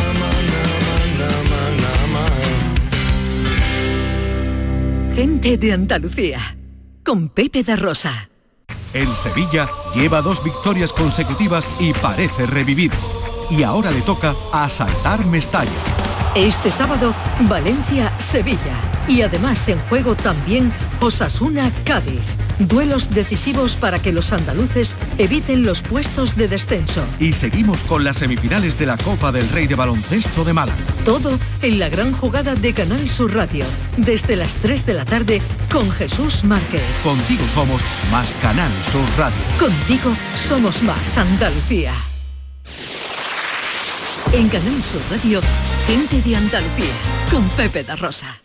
nama, nama, nama, nama. Gente de Andalucía, con Pepe da Rosa. El Sevilla lleva dos victorias consecutivas y parece revivido. Y ahora le toca asaltar Mestalla. Este sábado, Valencia-Sevilla. Y además en juego también Osasuna-Cádiz. Duelos decisivos para que los andaluces eviten los puestos de descenso. Y seguimos con las semifinales de la Copa del Rey de Baloncesto de Málaga. Todo en la gran jugada de Canal Sur Radio. Desde las tres de la tarde con Jesús Márquez. Contigo somos más Canal Sur Radio. Contigo somos más Andalucía. En Canal Sur Radio, Gente de Andalucía, con Pepe da Rosa.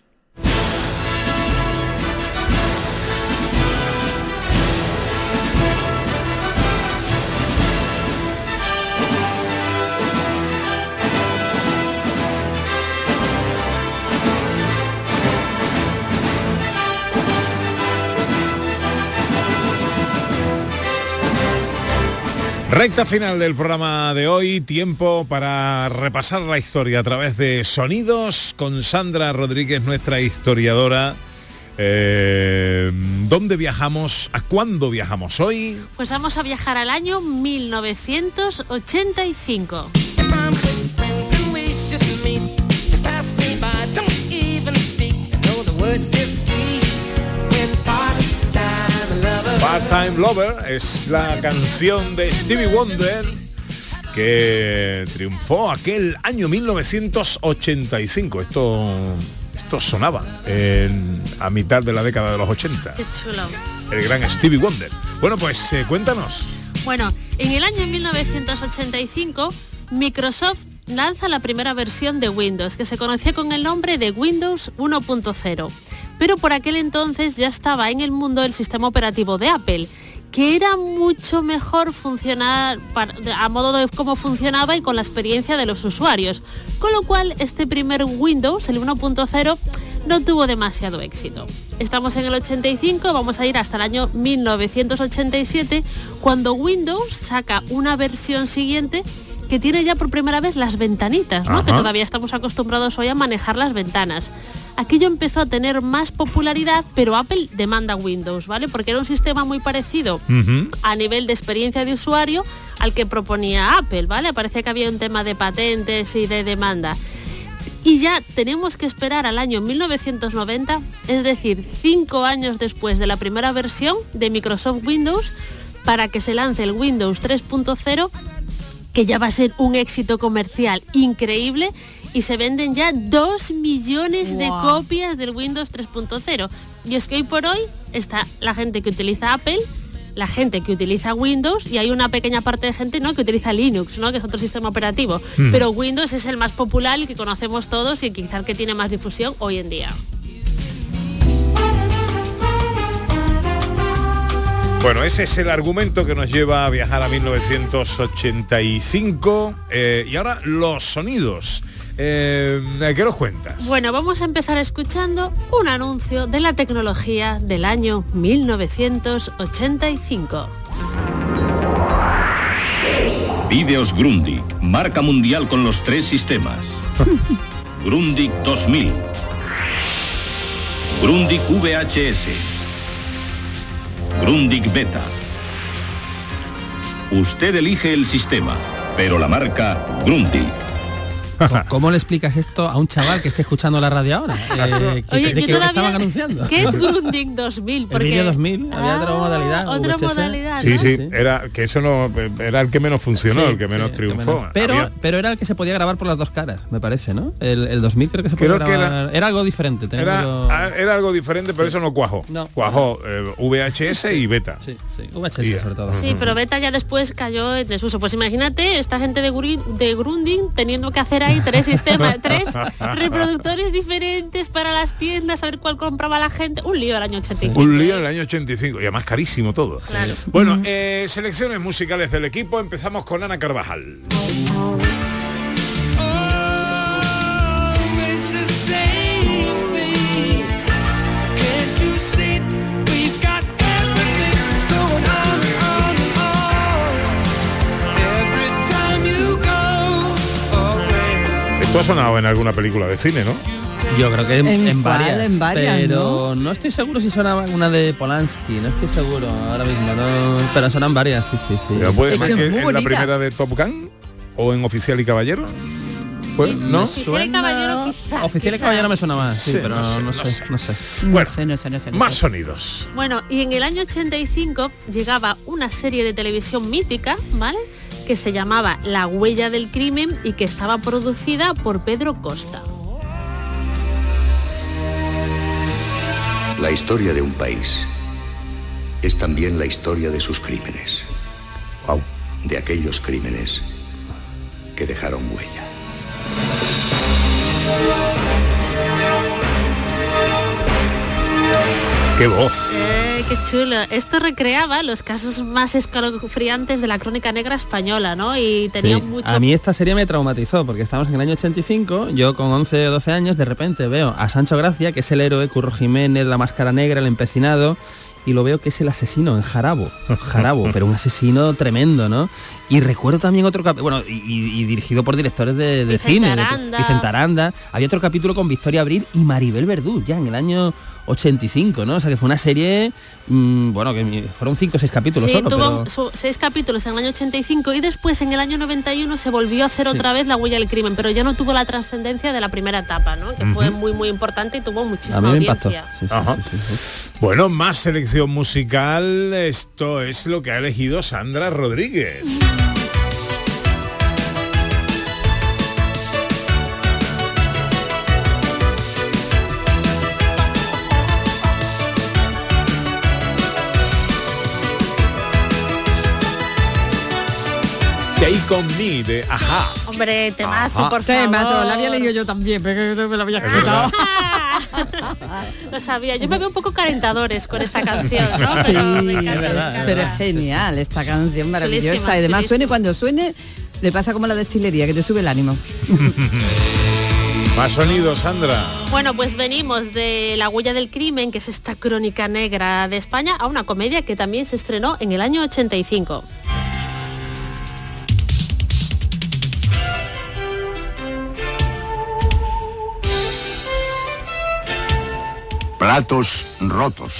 Recta final del programa de hoy, tiempo para repasar la historia a través de sonidos con Sandra Rodríguez, nuestra historiadora. Eh, ¿Dónde viajamos? ¿A cuándo viajamos hoy? Pues vamos a viajar al año mil novecientos ochenta y cinco. Part-Time Lover es la canción de Stevie Wonder que triunfó aquel año mil novecientos ochenta y cinco. Esto, esto sonaba en, a mitad de la década de los ochenta. Qué chulo. El gran Stevie Wonder. Bueno, pues eh, cuéntanos. Bueno, en el año mil novecientos ochenta y cinco, Microsoft lanza la primera versión de Windows, que se conocía con el nombre de Windows uno punto cero. Pero por aquel entonces ya estaba en el mundo el sistema operativo de Apple, que era mucho mejor funcionar para, a modo de cómo funcionaba y con la experiencia de los usuarios. Con lo cual, este primer Windows, el uno punto cero, no tuvo demasiado éxito. Estamos en el ochenta y cinco, vamos a ir hasta el año mil novecientos ochenta y siete, cuando Windows saca una versión siguiente que tiene ya por primera vez las ventanitas, ¿no? Que todavía estamos acostumbrados hoy a manejar las ventanas. Aquello empezó a tener más popularidad, pero Apple demanda Windows, ¿vale? Porque era un sistema muy parecido uh-huh. a nivel de experiencia de usuario al que proponía Apple, ¿vale? Parecía que había un tema de patentes y de demanda. Y ya tenemos que esperar al año mil novecientos noventa, es decir, cinco años después de la primera versión de Microsoft Windows, para que se lance el Windows tres punto cero, que ya va a ser un éxito comercial increíble, y se venden ya dos millones wow. de copias del Windows tres punto cero. Y es que hoy por hoy está la gente que utiliza Apple, la gente que utiliza Windows, y hay una pequeña parte de gente, ¿no?, que utiliza Linux, ¿no?, que es otro sistema operativo. Mm. Pero Windows es el más popular, el que conocemos todos y quizá el que tiene más difusión hoy en día. Bueno, ese es el argumento que nos lleva a viajar a mil novecientos ochenta y cinco. Eh, y ahora los sonidos. Eh, ¿Qué nos cuentas? Bueno, vamos a empezar escuchando un anuncio de la tecnología del año mil novecientos ochenta y cinco. Vídeos Grundig, marca mundial con los tres sistemas. Grundig dos mil. Grundig V H S. Grundig Beta. Usted elige el sistema, pero la marca Grundig. ¿Cómo le explicas esto a un chaval que esté escuchando la radio ahora? Eh, que, Oye, de yo que todavía, estaban anunciando. ¿Qué es Grundig dos mil? Porque... El vídeo dos mil, había ah, otra modalidad. Otra V H S. modalidad, sí, ¿no? sí, era que eso no era el que menos funcionó, sí, el que menos sí, triunfó. Que menos. Pero, había... pero era el que se podía grabar por las dos caras, me parece, ¿no? El, el dos mil creo que se podía creo grabar. Que era, era algo diferente. Era, yo... era algo diferente, pero sí. eso no cuajó. No. Cuajó eh, V H S y Beta. Sí, sí, V H S y, sobre todo. Sí, pero Beta ya después cayó en desuso. Pues imagínate, esta gente de, Guri, de Grundig teniendo que hacer ahí tres sistemas, tres reproductores diferentes para las tiendas, a ver cuál compraba la gente. Un lío el año ochenta y cinco. Un lío en el año ochenta y cinco y además carísimo todo. Claro. Bueno, eh, selecciones musicales del equipo. Empezamos con Ana Carvajal. Esto ha sonado en alguna película de cine, ¿no? Yo creo que en, en, en, varias, en varias, pero ¿no? no estoy seguro si sonaba una de Polanski, no estoy seguro ahora mismo, no, pero sonan varias, sí, sí, sí. Pero puede es ser que, que en bonita. La primera de Top Gun o en Oficial y Caballero. Pues, ¿no? Oficial y Caballero quizá, Oficial y Caballero me suena más, sí, sí pero no sé, no, sé, no sé. Bueno, no sé, no sé, no sé, no más sé. sonidos. Bueno, y en el año ochenta y cinco llegaba una serie de televisión mítica, ¿vale?, que se llamaba La huella del crimen y que estaba producida por Pedro Costa. La historia de un país es también la historia de sus crímenes. Wow. De aquellos crímenes que dejaron huella. ¡Qué voz! Eh, ¡Qué chulo! Esto recreaba los casos más escalofriantes de la crónica negra española, ¿no? Y tenía sí, mucho... A mí esta serie me traumatizó, porque estamos en el año ochenta y cinco, yo con once o doce años, de repente veo a Sancho Gracia, que es el héroe, Curro Jiménez, la máscara negra, el empecinado, y lo veo que es el asesino en Jarabo, Jarabo, pero un asesino tremendo, ¿no? Y recuerdo también otro capítulo, bueno, y, y, y dirigido por directores de, de cine, Aranda. de, Vicente Aranda. Había otro capítulo con Victoria Abril y Maribel Verdú, ya en el año ochenta y cinco, ¿no? O sea que fue una serie, mmm, bueno, que fueron cinco o seis capítulos sí, solo. tuvo pero... seis capítulos en el año ochenta y cinco y después en el año noventa y uno se volvió a hacer sí. otra vez La huella del crimen, pero ya no tuvo la trascendencia de la primera etapa, ¿no? Que uh-huh. fue muy muy importante y tuvo muchísima a mí me audiencia. Sí, sí, Ajá. Sí, sí, sí. Bueno, más selección musical, esto es lo que ha elegido Sandra Rodríguez. On Me de Ajá. Hombre, temazo, Ajá. por favor. Temazo, la había leído yo también, pero me la había escuchado. Lo sabía, yo me veo un poco calentadores con esta canción, ¿no? Sí, Pero me encanta, me encanta. pero es genial esta canción, maravillosa. Chulísima, Y además chulísima. suene cuando suene, le pasa como la destilería, que te sube el ánimo. Más sonido, Sandra. Bueno, pues venimos de La huella del crimen, que es esta crónica negra de España, a una comedia que también se estrenó en el año ochenta y cinco. Platos rotos.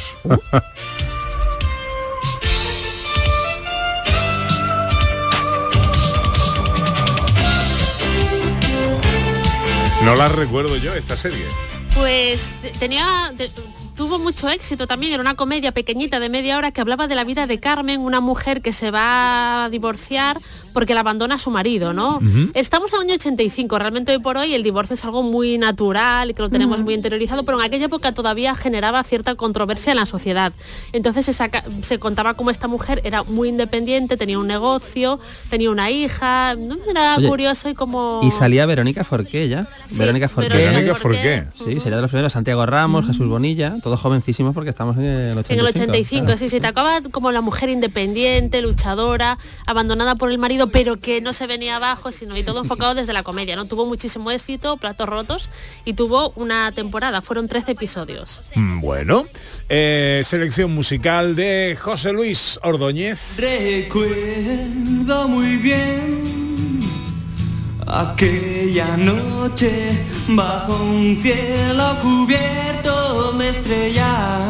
No la recuerdo yo, esta serie. Pues tenía... te- tuvo mucho éxito también, era una comedia pequeñita de media hora que hablaba de la vida de Carmen, una mujer que se va a divorciar porque la abandona a su marido, ¿no? Ujú. Estamos en el año ochenta y cinco, realmente hoy por hoy el divorcio es algo muy natural y que lo tenemos Ujú. muy interiorizado, pero en aquella época todavía generaba cierta controversia en la sociedad. Entonces se, saca- se contaba cómo esta mujer era muy independiente, tenía un negocio, tenía una hija, ¿no? Era Oye, curioso y como... Y salía Verónica Forqué ya. Sí, Verónica Forqué. Verónica Verónica Forqué. Sí, sería de los primeros. Santiago Ramos, Jesús Bonilla, todos jovencísimos porque estamos en el ochenta y cinco. En el ochenta y cinco, claro. sí, sí, te acaba como la mujer independiente, luchadora, abandonada por el marido, pero que no se venía abajo, sino y todo enfocado desde la comedia, ¿no? Tuvo muchísimo éxito, Platos rotos, y tuvo una temporada, fueron trece episodios. Mm, Bueno, eh, selección musical de José Luis Ordóñez. Recuerdo muy bien aquella noche bajo un cielo cubierto de estrellas.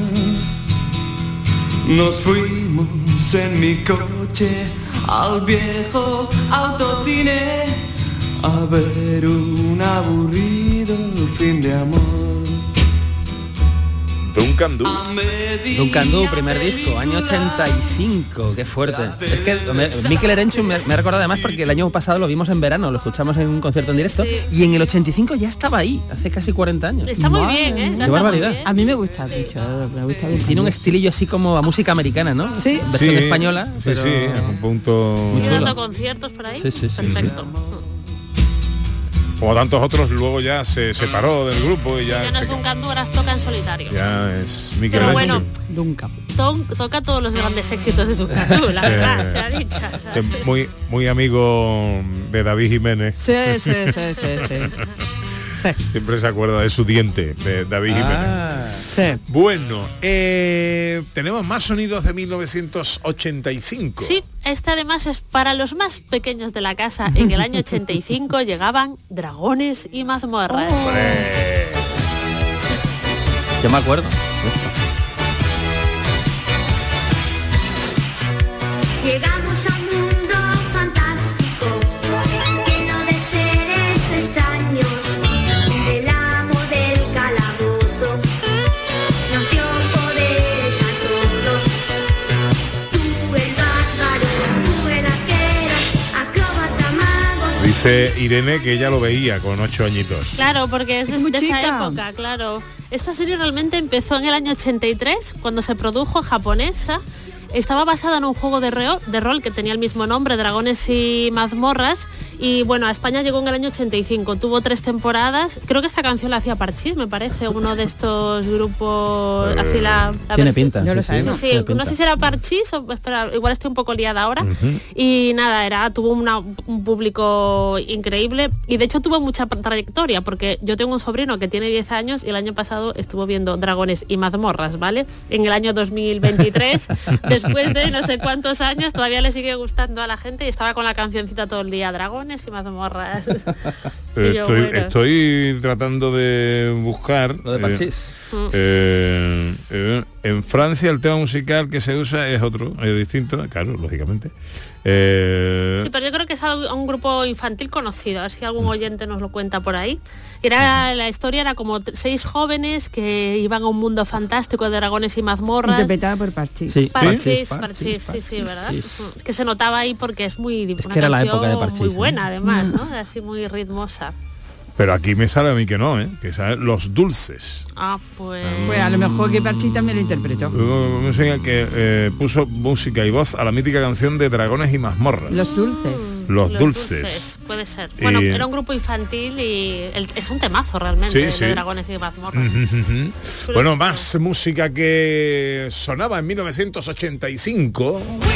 Nos fuimos en mi coche al viejo autocine a ver un aburrido fin de amor. Duncan Du. Duncan Du, primer disco, año ochenta y cinco, qué fuerte. Es que me- Mikel Erenchun me, me ha recordado además porque el año pasado lo vimos en verano, lo escuchamos en un concierto en directo, y en el ochenta y cinco ya estaba ahí, hace casi cuarenta años. Está muy bien, ¿eh? Qué barbaridad. A mí me gusta mucho, me gusta bien. Tiene un estilillo así como a música americana, ¿no? Sí. Versión Sí, española. Sí, pero- sí, es un punto... ¿Sigue dando conciertos por ahí? Sí, sí, sí, Perfecto. Como tantos otros, luego ya se separó del grupo y ya, Ya no se- es Duncan Du, ahora toca en solitario. ya es Mikel Pero bueno, Erenchun. Duncan. To- toca todos los grandes éxitos de Duncan Du, la verdad, Eh, se ha dicho. o sea, que es muy, muy amigo de David Jiménez. Sí, sí, sí, sí, sí. Siempre se acuerda de su diente, de David Ah. Jiménez. Bueno, eh, tenemos más sonidos de mil novecientos ochenta y cinco. Sí, este además es para los más pequeños de la casa. En el año ochenta y cinco llegaban Dragones y mazmorras. Yo me acuerdo. Llegamos a un mundo fantástico, lleno de seres extraños. El amo del calabozo nos dio poderes a todos. Tú el bárbaro, tú el arquero, acróbata, magos. Dice Irene que ella lo veía con ocho añitos. Claro, porque es de, muy de esa chica. época, claro. Esta serie realmente empezó en el año ochenta y tres, cuando se produjo, japonesa. Estaba basada en un juego de, reo- de rol que tenía el mismo nombre, Dragones y mazmorras, y bueno, a España llegó en el año ochenta y cinco, tuvo tres temporadas. Creo que esta canción la hacía Parchís, me parece, uno de estos grupos, Eh, así la, la tiene versión- pinta, No sí, lo sí, sabemos. Sí, tiene no pinta. sé si era Parchís o, espera, igual estoy un poco liada ahora. Y nada, era tuvo una- un público increíble y de hecho tuvo mucha trayectoria porque yo tengo un sobrino que tiene diez años y el año pasado estuvo viendo Dragones y mazmorras, ¿vale? En el año dos mil veintitrés, después de no sé cuántos años, todavía le sigue gustando a la gente y estaba con la cancioncita todo el día, Dragones y mazmorras. Eh, Y yo, estoy, bueno. estoy tratando de buscar Lo de eh, Parchís. eh, eh, en Francia el tema musical que se usa es otro, es distinto, claro, lógicamente. Eh, Sí, pero yo creo que es algo- un grupo infantil conocido, a ver si algún oyente nos lo cuenta por ahí. Era la historia era como t- seis jóvenes que iban a un mundo fantástico de dragones y mazmorras. Interpretada por Parchís. Sí, Parchís, Parchís, Parchís, sí, sí, ¿verdad? Parchís. Ujú. Es que se notaba ahí porque es muy Es una que era la canción época de Parchís, muy ¿eh? buena además, ¿no? Así muy ritmosa. Pero aquí me sale a mí que no, ¿eh? Que salen Los Dulces. Ah, pues... Pues a lo mejor que Parchi también lo interpretó. Uh, música que eh, puso música y voz a la mítica canción de Dragones y Mazmorras. Los Dulces. Los, Los dulces. dulces. Puede ser. Bueno, Y- era un grupo infantil y el- es un temazo realmente Sí, de, sí. de Dragones y Mazmorras. Bueno, más música que sonaba en mil novecientos ochenta y cinco.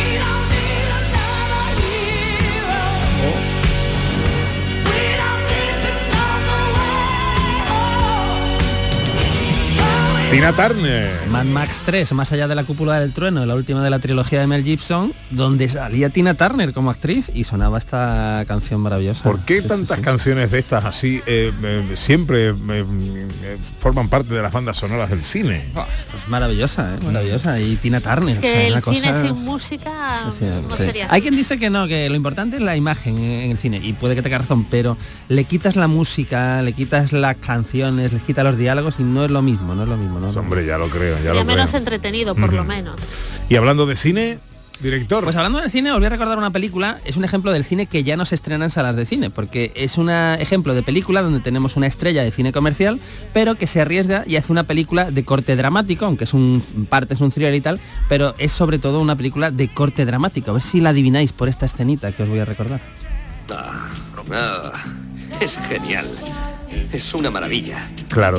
Tina Turner. Mad Max tres, más allá de la cúpula del trueno, la última de la trilogía de Mel Gibson, donde salía Tina Turner como actriz y sonaba esta canción maravillosa. ¿Por qué Sí, tantas sí, sí. canciones de estas así eh, eh, siempre eh, eh, forman parte de las bandas sonoras del cine? Es maravillosa, ¿eh? Maravillosa. Y Tina Turner. Es o que sea, el una cine cosa- sin música Sí, no sí. sería. Hay quien dice que no, que lo importante es la imagen en el cine, y puede que tenga razón, pero le quitas la música, le quitas las canciones, le quitas los diálogos y no es lo mismo, no es lo mismo. ¿no? Hombre, ya lo creo, ya Sería lo menos creo. entretenido, por lo Ujú. menos. Y hablando de cine, director. Pues hablando del cine, os voy a recordar una película, es un ejemplo del cine que ya no se estrena en salas de cine, porque es un ejemplo de película donde tenemos una estrella de cine comercial, pero que se arriesga y hace una película de corte dramático, aunque es un en parte es un thriller y tal, pero es sobre todo una película de corte dramático. A ver si la adivináis por esta escenita que os voy a recordar. Ah, ah, es genial. Es una maravilla. Claro.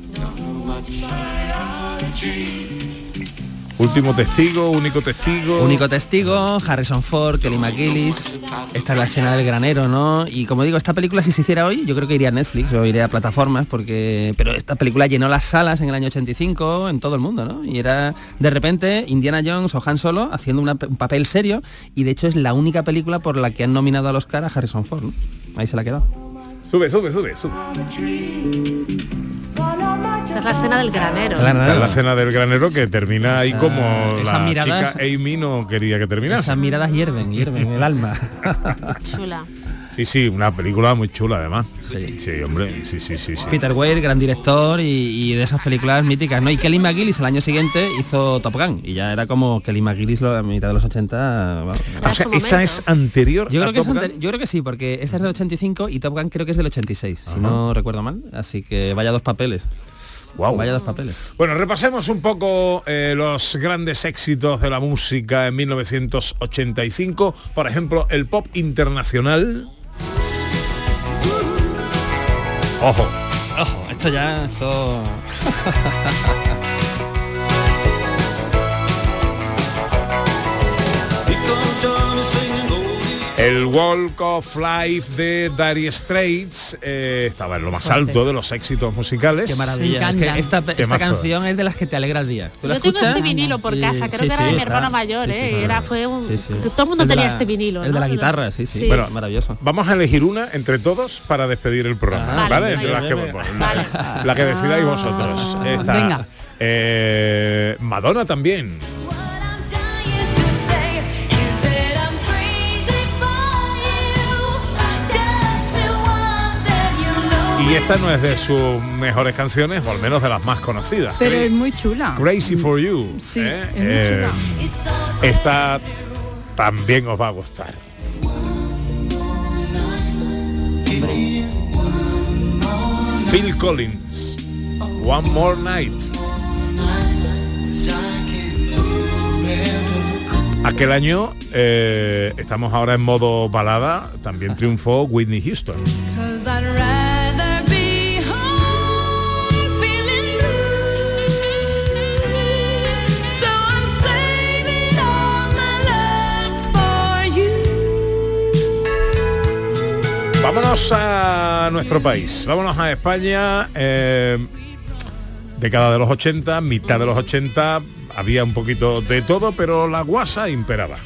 Último testigo, único testigo. Único testigo, Harrison Ford, Kelly McGillis. Esta es la escena del granero, ¿no? Y como digo, esta película si se hiciera hoy, yo creo que iría a Netflix o iría a plataformas, porque pero esta película llenó las salas en el año ochenta y cinco en todo el mundo, ¿no? Y era de repente Indiana Jones o Han Solo haciendo una- un papel serio, y de hecho es la única película por la que han nominado al Oscar a Harrison Ford, ¿no? Ahí se la ha quedado. Sube, sube, sube, sube. Esta es la escena del granero. Esta es la escena del granero que termina ahí Esa- como esas la miradas- chica Amy no quería que terminase. Esas miradas hierven, hierven el alma. Chula. Sí, sí, una película muy chula además. Sí, sí hombre, sí, sí, sí, sí. Peter Weir, gran director y, y de esas películas míticas, ¿no? Y Kelly McGillis el año siguiente hizo Top Gun y ya era como Kelly McGillis lo- a mitad de los ochenta. Vamos. O sea, esta es anterior Yo a creo, que es Top Gun. ante- yo creo que sí, porque esta es del ochenta y cinco y Top Gun creo que es del ochenta y seis, Ajá. si no recuerdo mal. Así que vaya dos papeles. Wow. Vaya dos papeles. Bueno, repasemos un poco eh, los grandes éxitos de la música en mil novecientos ochenta y cinco. Por ejemplo, el pop internacional. Ojo. Ojo, esto ya, esto... El Walk of Life de Dire Straits eh, estaba en lo más alto de los éxitos musicales. Qué maravilla. Es que esta, esta Temazo. canción es de las que te alegra el día. ¿Tú la Yo tengo escuchas? este vinilo por Y- casa, creo sí, que era de sí, mi está. hermano mayor, Sí, sí, ¿eh? sí. Era, fue un... Sí, sí. Todo el mundo El de tenía la- este vinilo, El ¿no? de la guitarra, sí, sí. Sí. Bueno, maravilloso. Vamos a elegir una entre todos para despedir el programa, Ah, ¿vale? vale, Entre las que, vale. bueno, la, la que decidáis vosotros. Esta, Venga. eh, Madonna también. Y esta no es de sus mejores canciones, o al menos de las más conocidas. Pero Cra- es muy chula. Crazy for You. Sí, ¿eh? es muy Eh, chula. Esta también os va a gustar. Phil Collins, One More Night. Aquel año, eh, estamos ahora en modo balada, también triunfó Whitney Houston. Vámonos a nuestro país, vámonos a España, eh, década de los ochenta, mitad de los ochenta, había un poquito de todo, pero la guasa imperaba.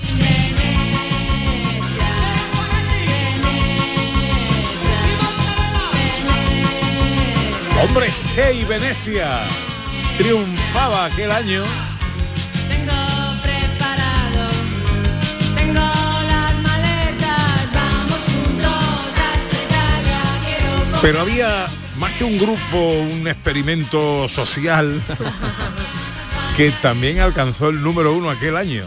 Hombres G y Venecia triunfaba aquel año. Tengo preparado, tengo las maletas, vamos juntos a estrellar, quiero... Pero había más que un grupo, un experimento social que también alcanzó el número uno aquel año.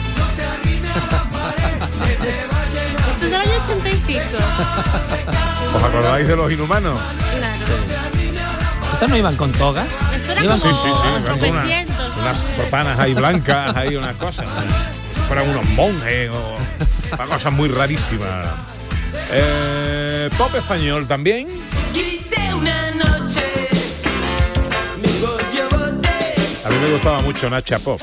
Esto es del año ochenta y cinco. ¿Os acordáis de los Inhumanos? ¿Estos no iban con togas? Iban sí, sí, sí, iban con una, unas sotanas ahí blancas, ahí unas cosas. Fueran unos monjes o una cosa muy rarísima. Eh, pop español también. A mí me gustaba mucho Nacha Pop.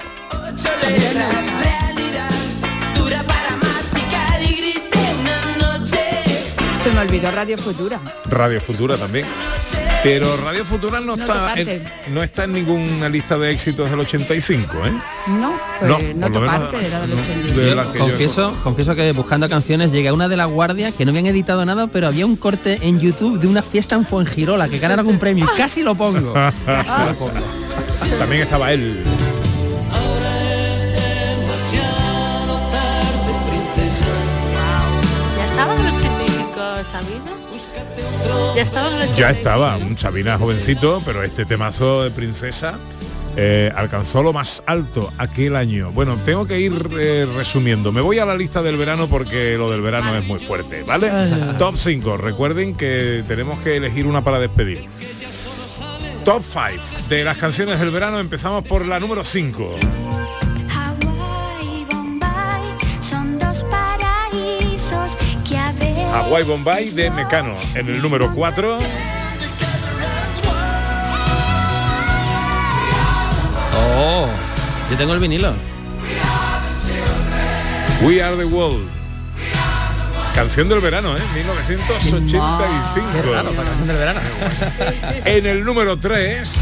Se me olvidó Radio Futura. Radio Futura también. Pero Radio Futura no, no está en, no está en ninguna lista de éxitos del ochenta y cinco, ¿eh? No, pues no, no tocarte, menos, era del ochenta y cinco. Yo confieso, yo confieso que buscando canciones llegué a una de La Guardia que no habían editado nada, pero había un corte en YouTube de una fiesta en Fuengirola que ganaron un premio y casi lo pongo. Casi lo pongo. También estaba él. ¿Ya estaba en el ochenta y cinco, Sabina? Ya estaba en el ochenta y cinco. Ya estaba, un Sabina jovencito, pero este temazo de Princesa eh, alcanzó lo más alto aquel año. Bueno, tengo que ir eh, resumiendo. Me voy a la lista del verano porque lo del verano vale. es muy fuerte, ¿vale? Top cinco. Recuerden que tenemos que elegir una para despedir. Top cinco de las canciones del verano. Empezamos por la número cinco. Hawái Bombay de Mecano. En el número cuatro. Oh, yo tengo el vinilo. We Are the World. Canción del verano, ¿eh? mil novecientos ochenta y cinco. Qué raro, para canción del verano. En el número tres.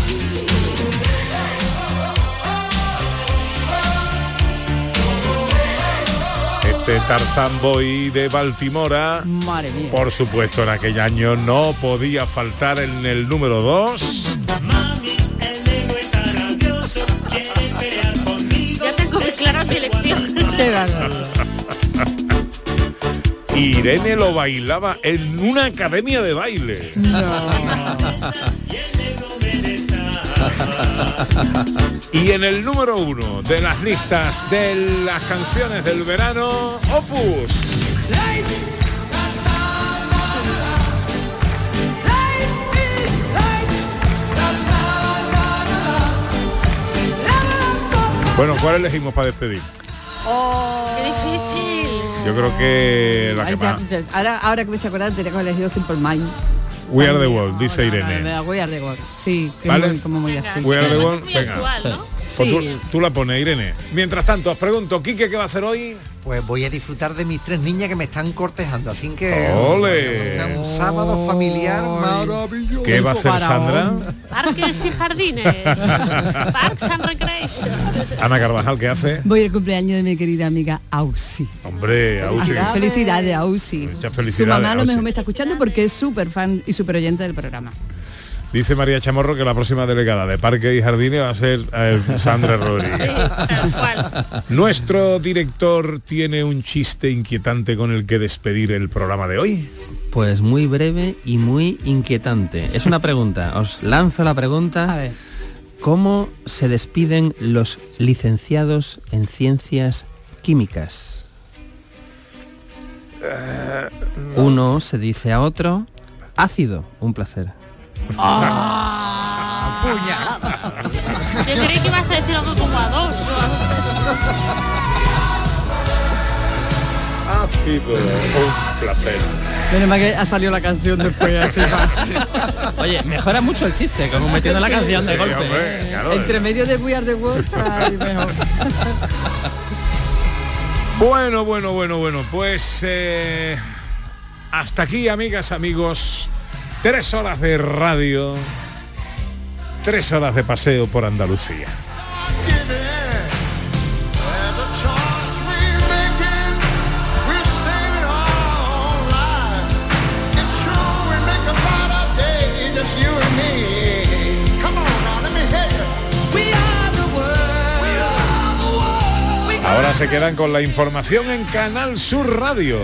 Este Tarzan Boy de Baltimora. Madre mía. Por supuesto, en aquel año no podía faltar en el número dos. Ya tengo que aclarar mi elección. Irene lo bailaba en una academia de baile. No. Y en el número uno de las listas de las canciones del verano, Opus. Bueno, ¿cuál elegimos para despedir? Oh. ¡Qué difícil! Yo creo que la que más... Ahora, ahora que me estoy acordando, tenía que haber elegido Simple Mind. We Are the World, dice Irene. We Are the World, sí. ¿Vale? Muy, como muy así. We Are the World, venga. Actual, ¿no? Pues Sí. tú, tú la pones, Irene. Mientras tanto, os pregunto, Quique, ¿qué va a hacer hoy? Pues voy a disfrutar de mis tres niñas que me están cortejando, así que... ¡Ole! O sea, un sábado familiar maravilloso. ¿Qué va a hacer Sandra? Parques y jardines. Parks and Recreation. Ana Carvajal, ¿qué hace? Voy al cumpleaños de mi querida amiga Ausi. Hombre, Ausi. Felicidades, Ausi. Muchas Su felicidades. mamá a lo Ausi. mejor me está escuchando porque es súper fan y súper oyente del programa. Dice María Chamorro que la próxima delegada de Parque y Jardines va a ser eh, Sandra Rodríguez. Sí, tal cual. Nuestro director tiene un chiste inquietante con el que despedir el programa de hoy. Pues muy breve y muy inquietante. Es una pregunta. Os lanzo la pregunta. A ver. ¿Cómo se despiden los licenciados en ciencias químicas? Uno se dice a otro, ácido, un placer. ¡Ah! Yo creí que ibas a decir algo como a dos o algo. Ácido, un placer. Menos mal que ha salido la canción después así. Oye, mejora mucho el chiste, como metiendo la canción de Sí, golpe. hombre, claro. Entre medio de We Are the World, ay, mejor. Bueno, bueno, bueno, bueno, pues eh, hasta aquí, amigas, amigos, tres horas de radio, tres horas de paseo por Andalucía. Ahora se quedan con la información en Canal Sur Radio.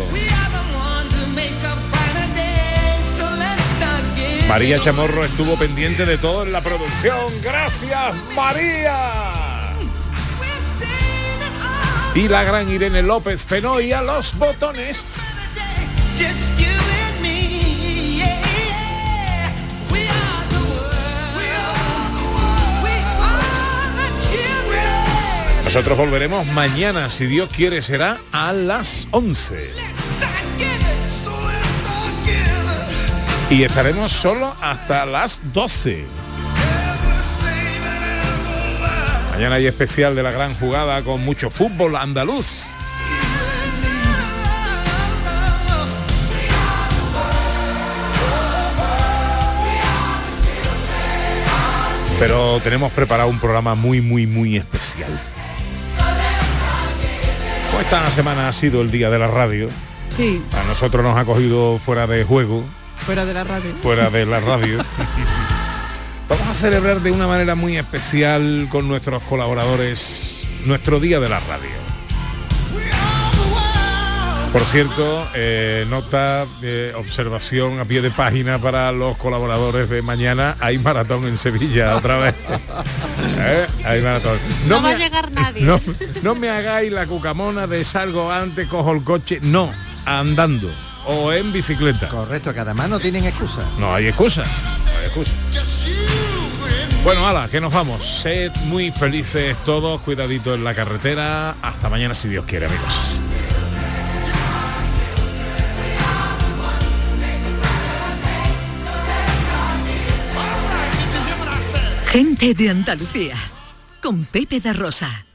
María Chamorro estuvo pendiente de todo en la producción. ¡Gracias, María! Y la gran Irene López Fenoy a los botones. Just you and me, yeah. Nosotros volveremos mañana, si Dios quiere, será a las once. Y estaremos solo hasta las doce. Mañana hay especial de la gran jugada con mucho fútbol andaluz. Pero tenemos preparado un programa muy, muy, muy especial. Pues esta semana ha sido el día de la radio. Sí. A nosotros nos ha cogido fuera de juego. Fuera de la radio. Fuera de la radio. Vamos a celebrar de una manera muy especial con nuestros colaboradores nuestro día de la radio. Por cierto, eh, nota, eh, observación a pie de página para los colaboradores de mañana. Hay maratón en Sevilla otra vez. ¿Eh? Hay maratón. No, no me, va a llegar nadie. No, no me hagáis la cucamona de salgo antes, cojo el coche. No, andando o en bicicleta. Correcto, que además no tienen excusa. No hay excusa. No hay excusa. Bueno, ala, que nos vamos. Sed muy felices todos, cuidadito en la carretera. Hasta mañana si Dios quiere, amigos. Gente de Andalucía, con Pepe da Rosa.